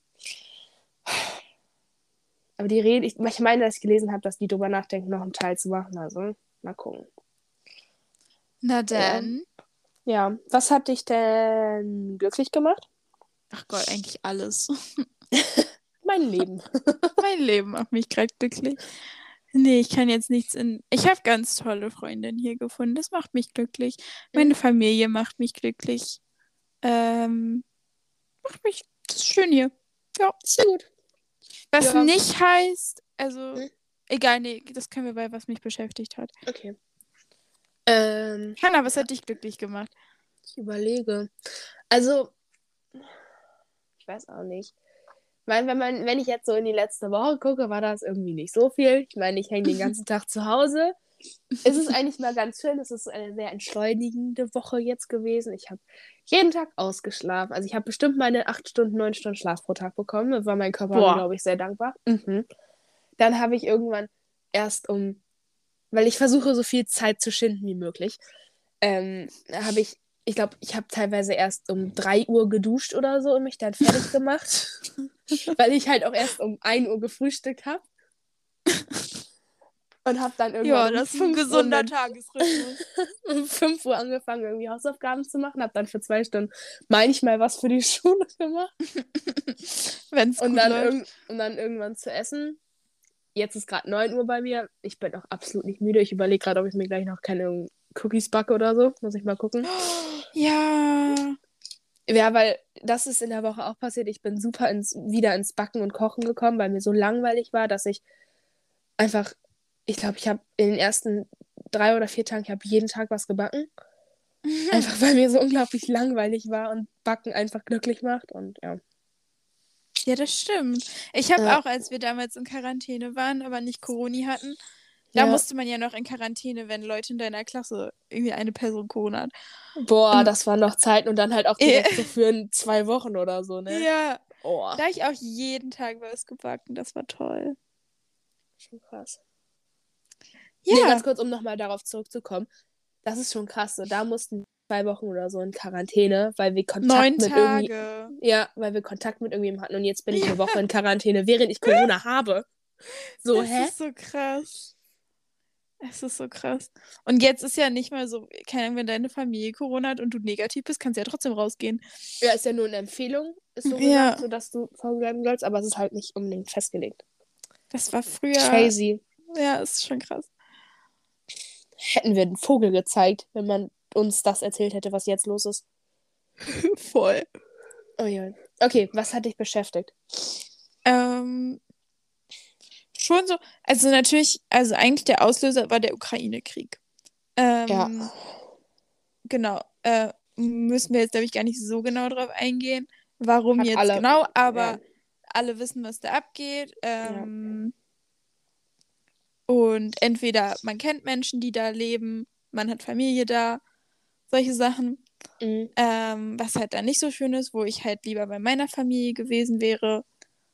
Aber ich meine, dass ich gelesen habe, dass die drüber nachdenken, noch einen Teil zu machen. Also mal gucken. Na dann. Ja. Was hat dich denn glücklich gemacht? Ach Gott, eigentlich alles. Mein Leben. Mein Leben macht mich gerade glücklich. Nee, ich kann jetzt nichts Ich habe ganz tolle Freundinnen hier gefunden. Das macht mich glücklich. Meine Familie macht mich glücklich. Das ist schön hier. Ja. Sehr gut. Was nicht heißt, also, egal, nee, das können wir bei was mich beschäftigt hat. Okay. Hannah, was hat dich glücklich gemacht? Ich überlege. Also, ich weiß auch nicht. Ich meine, wenn ich jetzt so in die letzte Woche gucke, war das irgendwie nicht so viel. Ich meine, ich hänge den ganzen Tag zu Hause. Es ist eigentlich mal ganz schön. Es ist eine sehr entschleunigende Woche jetzt gewesen. Ich habe jeden Tag ausgeschlafen. Also ich habe bestimmt meine 8 Stunden, 9 Stunden Schlaf pro Tag bekommen. Da war mein Körper, glaube ich, sehr dankbar. Dann habe ich irgendwann weil ich versuche, so viel Zeit zu schinden wie möglich, habe ich glaube, ich habe teilweise erst um 3 Uhr geduscht oder so und mich dann fertig gemacht, weil ich halt auch erst um 1 Uhr gefrühstückt habe. Und habe dann irgendwann das ist ein gesunder Tagesrhythmus. um 5 Uhr angefangen, irgendwie Hausaufgaben zu machen. Habe dann für 2 Stunden manchmal was für die Schule gemacht. Wenn's gut läuft. Und dann irgendwann zu essen. Jetzt ist gerade 9 Uhr bei mir. Ich bin auch absolut nicht müde. Ich überlege gerade, ob ich mir gleich noch keine Cookies backe oder so. Muss ich mal gucken. Ja. Ja, weil das ist in der Woche auch passiert. Ich bin super wieder ins Backen und Kochen gekommen, weil mir so langweilig war, dass ich einfach, ich glaube, ich habe in den ersten 3 oder 4 Tagen, ich habe jeden Tag was gebacken. Einfach, weil mir so unglaublich langweilig war und Backen einfach glücklich macht und ja. Ja, das stimmt. Ich habe auch, als wir damals in Quarantäne waren, aber nicht Corona hatten, da musste man ja noch in Quarantäne, wenn Leute in deiner Klasse irgendwie eine Person Corona hat. Boah, das waren noch Zeiten und dann halt auch direkt so für 2 Wochen oder so, ne? Ja. Da habe ich auch jeden Tag was gebacken. Das war toll. Schon krass. Ja. Nee, ganz kurz, um nochmal darauf zurückzukommen. Das ist schon krass. So, da mussten 2 Wochen oder so in Quarantäne, weil wir Kontakt 9 Tage. weil wir Kontakt mit irgendjemandem hatten und jetzt bin ich eine Woche in Quarantäne, während ich Corona habe. So, das ist so krass. Es ist so krass. Und jetzt ist ja nicht mal so, keine Ahnung, wenn deine Familie Corona hat und du negativ bist, kannst du ja trotzdem rausgehen. Ja, ist ja nur eine Empfehlung, ist so Ja, gesagt, so dass du zu Hause bleiben sollst, aber es ist halt nicht unbedingt festgelegt. das war früher, Crazy. ja, ist schon krass. Hätten wir einen Vogel gezeigt, wenn man uns das erzählt hätte, was jetzt los ist. Voll. Oh ja. Okay, was hat dich beschäftigt? Ähm, Schon so, also natürlich, also eigentlich der Auslöser war der Ukraine-Krieg. Ja. Genau, müssen wir jetzt, glaube ich, gar nicht so genau drauf eingehen, warum Hat jetzt alle. genau, aber Ja. alle wissen, was da abgeht. Ja. Und entweder man kennt Menschen, die da leben, man hat Familie da, solche Sachen. Mhm. Was halt dann nicht so schön ist, wo ich halt lieber bei meiner Familie gewesen wäre.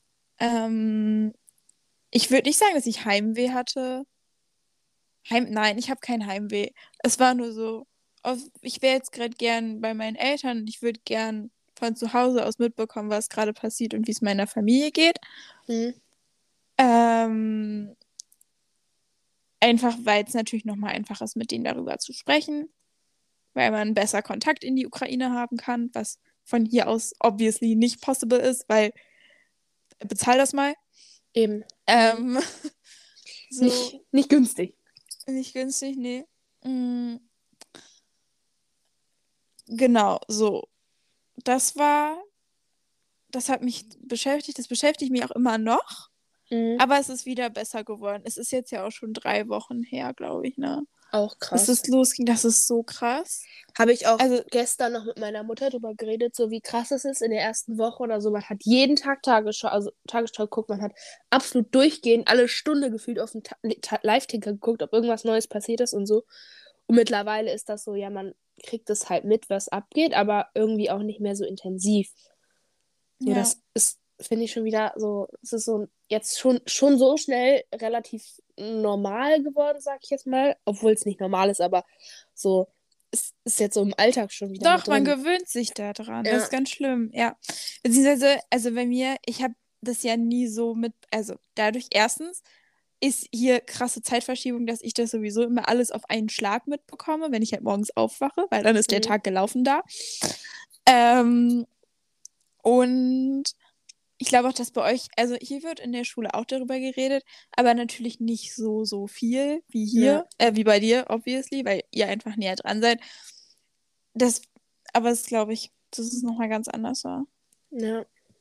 Ich würde nicht sagen, dass ich Heimweh hatte. Nein, ich habe kein Heimweh. Es war nur so, ich wäre jetzt gerade gern bei meinen Eltern und ich würde gern von zu Hause aus mitbekommen, was gerade passiert und wie es meiner Familie geht. Mhm. Einfach, weil es natürlich nochmal einfacher ist, mit denen darüber zu sprechen, weil man besser Kontakt in die Ukraine haben kann, was von hier aus obviously nicht possible ist, weil bezahl das mal. Eben. So Nicht günstig. nicht günstig, nee. Genau, so. Das hat mich beschäftigt, das beschäftigt mich auch immer noch, Mhm. aber es ist wieder besser geworden. Es ist jetzt ja auch schon 3 Wochen her, glaube ich, ne? Auch Dass krass. es losging, das ist so krass. Habe ich auch Also, gestern noch mit meiner Mutter drüber geredet, so wie krass es ist in der ersten Woche oder so. Man hat jeden Tag Tagesschau, also Tagesschau geguckt, man hat absolut durchgehend alle Stunde gefühlt auf den Live-Ticker geguckt, ob irgendwas Neues passiert ist und so. Und mittlerweile ist das so, ja, man kriegt es halt mit, was abgeht, aber irgendwie auch nicht mehr so intensiv. So, ja. das ist, finde ich schon wieder so, es ist so jetzt schon so schnell relativ normal geworden, sag ich jetzt mal. Obwohl es nicht normal ist, aber so, es ist jetzt so im Alltag schon wieder Doch, mit man drin. gewöhnt sich daran. Das Ja. ist ganz schlimm, ja. Beziehungsweise, also bei mir, ich habe das ja nie so mit, also dadurch erstens ist hier krasse Zeitverschiebung, dass ich das sowieso immer alles auf einen Schlag mitbekomme, wenn ich halt morgens aufwache, weil dann ist der Mhm. Tag gelaufen da. Ähm, und ich glaube auch, dass bei euch, also hier wird in der Schule auch darüber geredet, aber natürlich nicht so viel wie Ja. hier, wie bei dir, obviously, weil ihr einfach näher dran seid. Das, aber das glaube ich, das ist nochmal ganz anders, ja. Ja.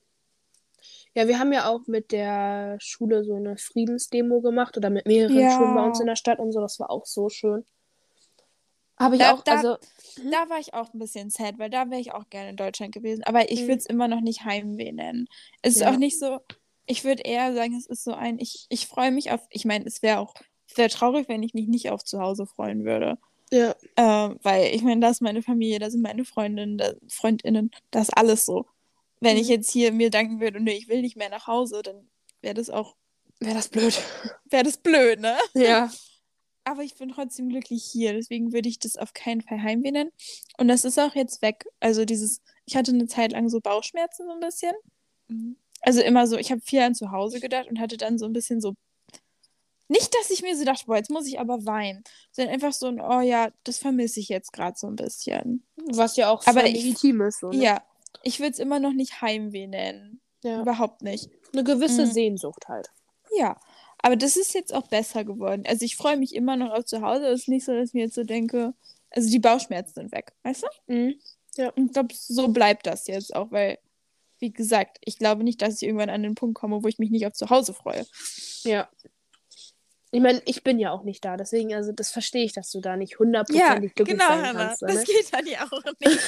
Ja, wir haben ja auch mit der Schule so eine Friedensdemo gemacht oder mit mehreren Schulen bei uns in Ja, der Stadt und so. Das war auch so schön. Habe ich da, auch, da, also, da war ich auch ein bisschen sad, weil da wäre ich auch gerne in Deutschland gewesen. Aber ich mhm. würde es immer noch nicht Heimweh nennen. Es ist auch Ja. nicht so, ich würde eher sagen, es ist so ich freue mich auf, ich meine, es wäre traurig, wenn ich mich nicht auf zu Hause freuen würde. Ja. Weil ich meine, da ist meine Familie, da sind meine Freundinnen, Freundinnen, das ist alles so. Wenn ich Mhm. jetzt hier mir denken würde, nee, ich will nicht mehr nach Hause, dann wäre das auch, Wäre das blöd. wäre das blöd, ne? Ja. Aber ich bin trotzdem glücklich hier, deswegen würde ich das auf keinen Fall Heimweh nennen. Und das ist auch jetzt weg. Also ich hatte eine Zeit lang so Bauchschmerzen so ein bisschen. Mhm. Also immer so, ich habe viel an zu Hause gedacht und hatte dann so ein bisschen so, nicht, dass ich mir so dachte, boah, jetzt muss ich aber weinen, sondern einfach so ein, oh ja, das vermisse ich jetzt gerade so ein bisschen. Was ja auch Aber voll legitim ist, so, ne? ja, ich würde es immer noch nicht Heimweh nennen. Ja. Überhaupt nicht. Eine gewisse Mm, Sehnsucht halt. ja, aber das ist jetzt auch besser geworden. Also ich freue mich immer noch auf zu Hause. Es ist nicht so, dass ich mir jetzt so denke, also die Bauchschmerzen sind weg, weißt du? Mhm. Ja. Und ich glaube, so bleibt das jetzt auch, weil, wie gesagt, ich glaube nicht, dass ich irgendwann an den Punkt komme, wo ich mich nicht auf zu Hause freue. Ja. Ich meine, ich bin ja auch nicht da, deswegen, also das verstehe ich, dass du da nicht Ja, hundertprozentig glücklich genau, sein Hannah. kannst, so, Das ne? geht dann ja auch nicht.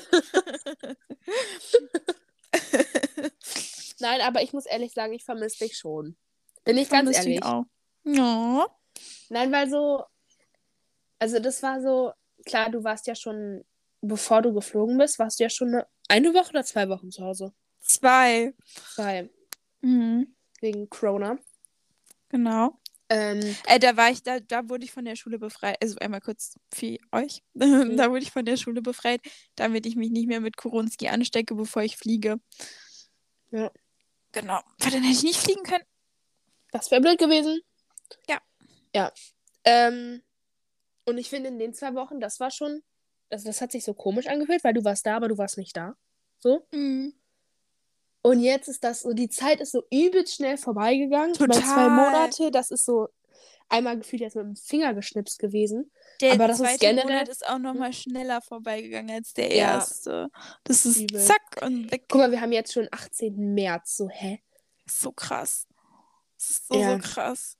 Nein, aber ich muss ehrlich sagen, ich vermisse dich schon. Bin Ich ich ganz vermisse dich ehrlich. auch. Ja. Nein, weil so, also das war so, klar, du warst ja schon, bevor du geflogen bist, warst du ja schon eine Woche oder 2 Wochen zu Hause. 2. 2, Mhm. wegen Corona. Genau. Ähm, Da wurde ich von der Schule befreit. Also einmal kurz für euch. Da wurde ich von der Schule befreit, damit ich mich nicht mehr mit Koronski anstecke, bevor ich fliege. ja, Genau. Weil dann hätte ich nicht fliegen können. das wäre blöd gewesen. Ja. Ja, Ähm, und ich finde, in den 2 Wochen, das war schon, also das hat sich so komisch angefühlt, weil du warst da, aber du warst nicht da. So. Mhm. Und jetzt ist das so, die Zeit ist so übelst schnell vorbeigegangen. Ich meine, Total. 2 Monate, das ist so einmal gefühlt jetzt mit dem Finger geschnipst gewesen. Der Aber das ist zweite generell. Monat ist auch nochmal schneller vorbeigegangen als der Ja, erste. Das ist übel. zack und weg. Guck mal, wir haben jetzt schon 18. März. So, hä? Das ist so krass. Das ist so Ja. krass.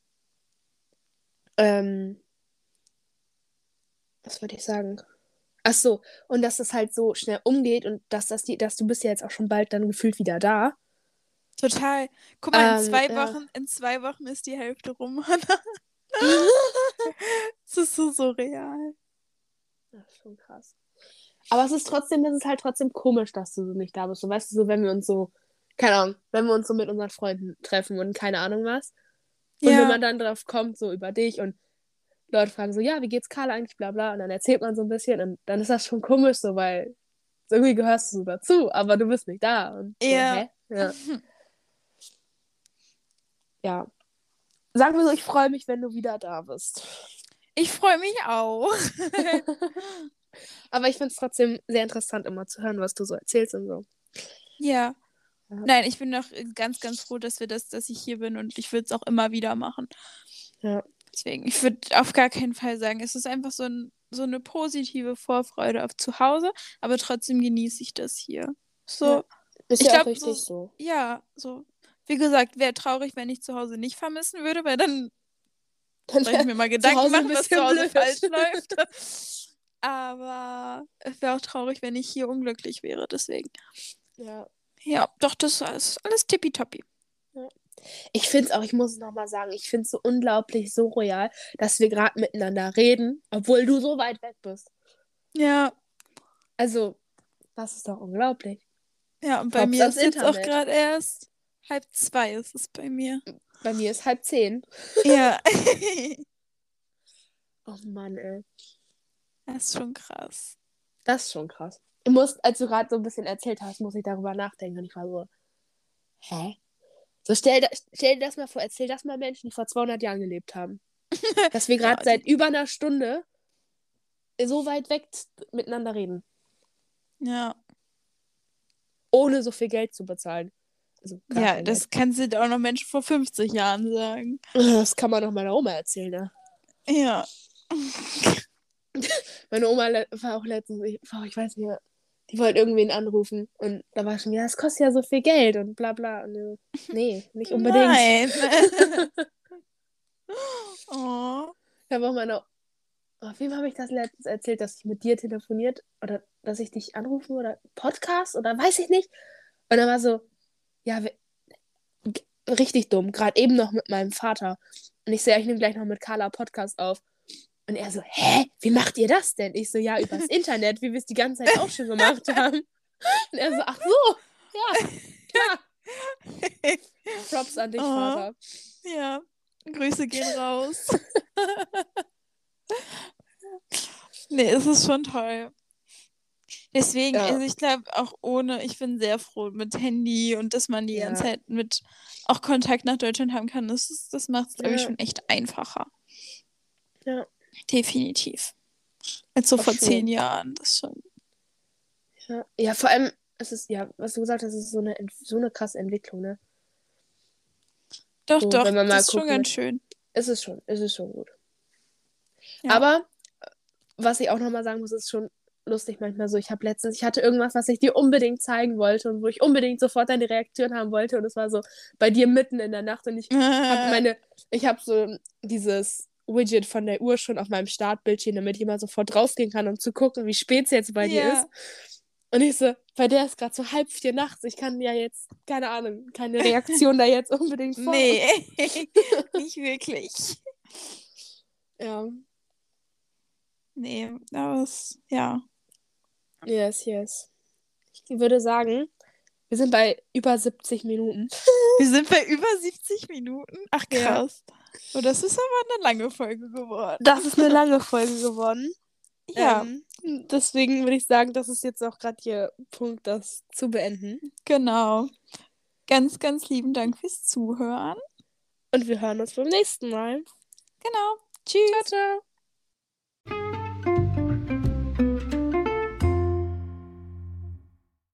Was würde ich sagen? Ach so, und dass das halt so schnell umgeht und dass du bist ja jetzt auch schon bald dann gefühlt wieder da. Total. Guck mal, Ja. in 2 Wochen ist die Hälfte rum, Hannah. Das ist so surreal. Das ist schon krass. Aber es ist halt trotzdem komisch, dass du so nicht da bist. So, weißt du, so, wenn wir uns so, keine Ahnung, wenn wir uns so mit unseren Freunden treffen und keine Ahnung was. Und wenn Ja, man dann drauf kommt, so über dich und Leute fragen so, ja, wie geht's Carla eigentlich, bla bla, und dann erzählt man so ein bisschen und dann ist das schon komisch, so, weil irgendwie gehörst du so dazu, aber du bist nicht da. Und so, ja. hä? Ja. Ja. Sagen wir so, ich freue mich, wenn du wieder da bist. Ich freue mich auch. Aber ich finde es trotzdem sehr interessant, immer zu hören, was du so erzählst und so. Ja. Ja. Nein, ich bin noch ganz, ganz froh, dass ich hier bin und ich würde es auch immer wieder machen. Ja. Deswegen, ich würde auf gar keinen Fall sagen, es ist einfach so eine positive Vorfreude auf zu Hause, aber trotzdem genieße ich das hier. So, Ja. Ist ich ja auch glaube, richtig so. ja, so. Wie gesagt, wäre traurig, wenn ich zu Hause nicht vermissen würde, weil dann Dann soll ich mir mal zu Gedanken Hause ein machen, was zu bisschen Hause blöd. falsch läuft. Aber es wäre auch traurig, wenn ich hier unglücklich wäre, deswegen. Ja. Ja, doch, das ist alles tippitoppi. Ja. Ich finde es auch, ich muss es nochmal sagen, ich finde es so unglaublich surreal, dass wir gerade miteinander reden, obwohl du so weit weg bist. Ja, Also, das ist doch unglaublich. ja, und bei Props mir ans ist jetzt auch Internet. gerade erst 1:30 ist es bei mir. Bei mir ist 9:30. Ja. Oh Mann, ey. Das ist schon krass. Das ist schon krass. Ich muss, als du gerade so ein bisschen erzählt hast, muss ich darüber nachdenken. Und ich war so, hä? So, stell dir das mal vor, erzähl das mal Menschen, die vor 200 Jahren gelebt haben. Dass wir gerade Ja, seit über einer Stunde so weit weg miteinander reden. ja. Ohne so viel Geld zu bezahlen. Also gar Ja, kein das Geld. kannst du auch noch Menschen vor 50 Jahren sagen. Das kann man doch meiner Oma erzählen, ne? Ja. Meine Oma war auch letztens, ich weiß nicht mehr, die wollte irgendwen anrufen. Und da war schon, ja, das kostet ja so viel Geld und bla bla. Und, nee, nicht unbedingt. Nein. Oh. Ich habe auch wem habe ich das letztens erzählt, dass ich mit dir telefoniert oder dass ich dich anrufen oder Podcast oder weiß ich nicht. Und dann war so, ja, richtig dumm, gerade eben noch mit meinem Vater. Und ich so, ja, ich nehme gleich noch mit Carla Podcast auf. Und er so, hä, wie macht ihr das denn? Ich so, ja, übers Internet, wie wir es die ganze Zeit auch schon gemacht haben. Und er so, ach so, ja, klar. Props an dich, Vater. Ja, Grüße gehen raus. Nee, es ist schon toll. Deswegen, Ja. also ich glaube auch ich bin sehr froh mit Handy und dass man die Ja. ganze Zeit mit auch Kontakt nach Deutschland haben kann. Das macht es, glaube ich, Ja. schon echt einfacher. Ja. Definitiv. Als so Auch vor schon. 10 Jahren. Das schon. Ja, vor allem, es ist, ja, was du gesagt hast, es ist so eine krasse Entwicklung, ne? Doch, So, doch, wenn man mal das ist schon gucken ganz schön. Es ist schon gut. Ja. Aber, was ich auch nochmal sagen muss, ist schon lustig manchmal so. Ich hatte irgendwas, was ich dir unbedingt zeigen wollte und wo ich unbedingt sofort deine Reaktion haben wollte und es war so bei dir mitten in der Nacht und ich habe so dieses Widget von der Uhr schon auf meinem Startbildschirm, damit ich immer sofort draufgehen kann, um zu gucken, wie spät es jetzt bei dir ist. Und ich so, bei der ist gerade so 3:30 nachts. Ich kann ja jetzt, keine Ahnung, keine Reaktion da jetzt unbedingt vor. Nee, nicht wirklich. Ja. Nee, aber ja. Yes. Ich würde sagen, wir sind bei über 70 Minuten. Wir sind bei über 70 Minuten? Ach, krass. Ja. Oh, das ist aber eine lange Folge geworden. Das ist eine lange Folge geworden. Ja. Deswegen würde ich sagen, das ist jetzt auch gerade hier Punkt, das zu beenden. Genau. Ganz, ganz lieben Dank fürs Zuhören. Und wir hören uns beim nächsten Mal. Genau. Tschüss. Ciao, ciao.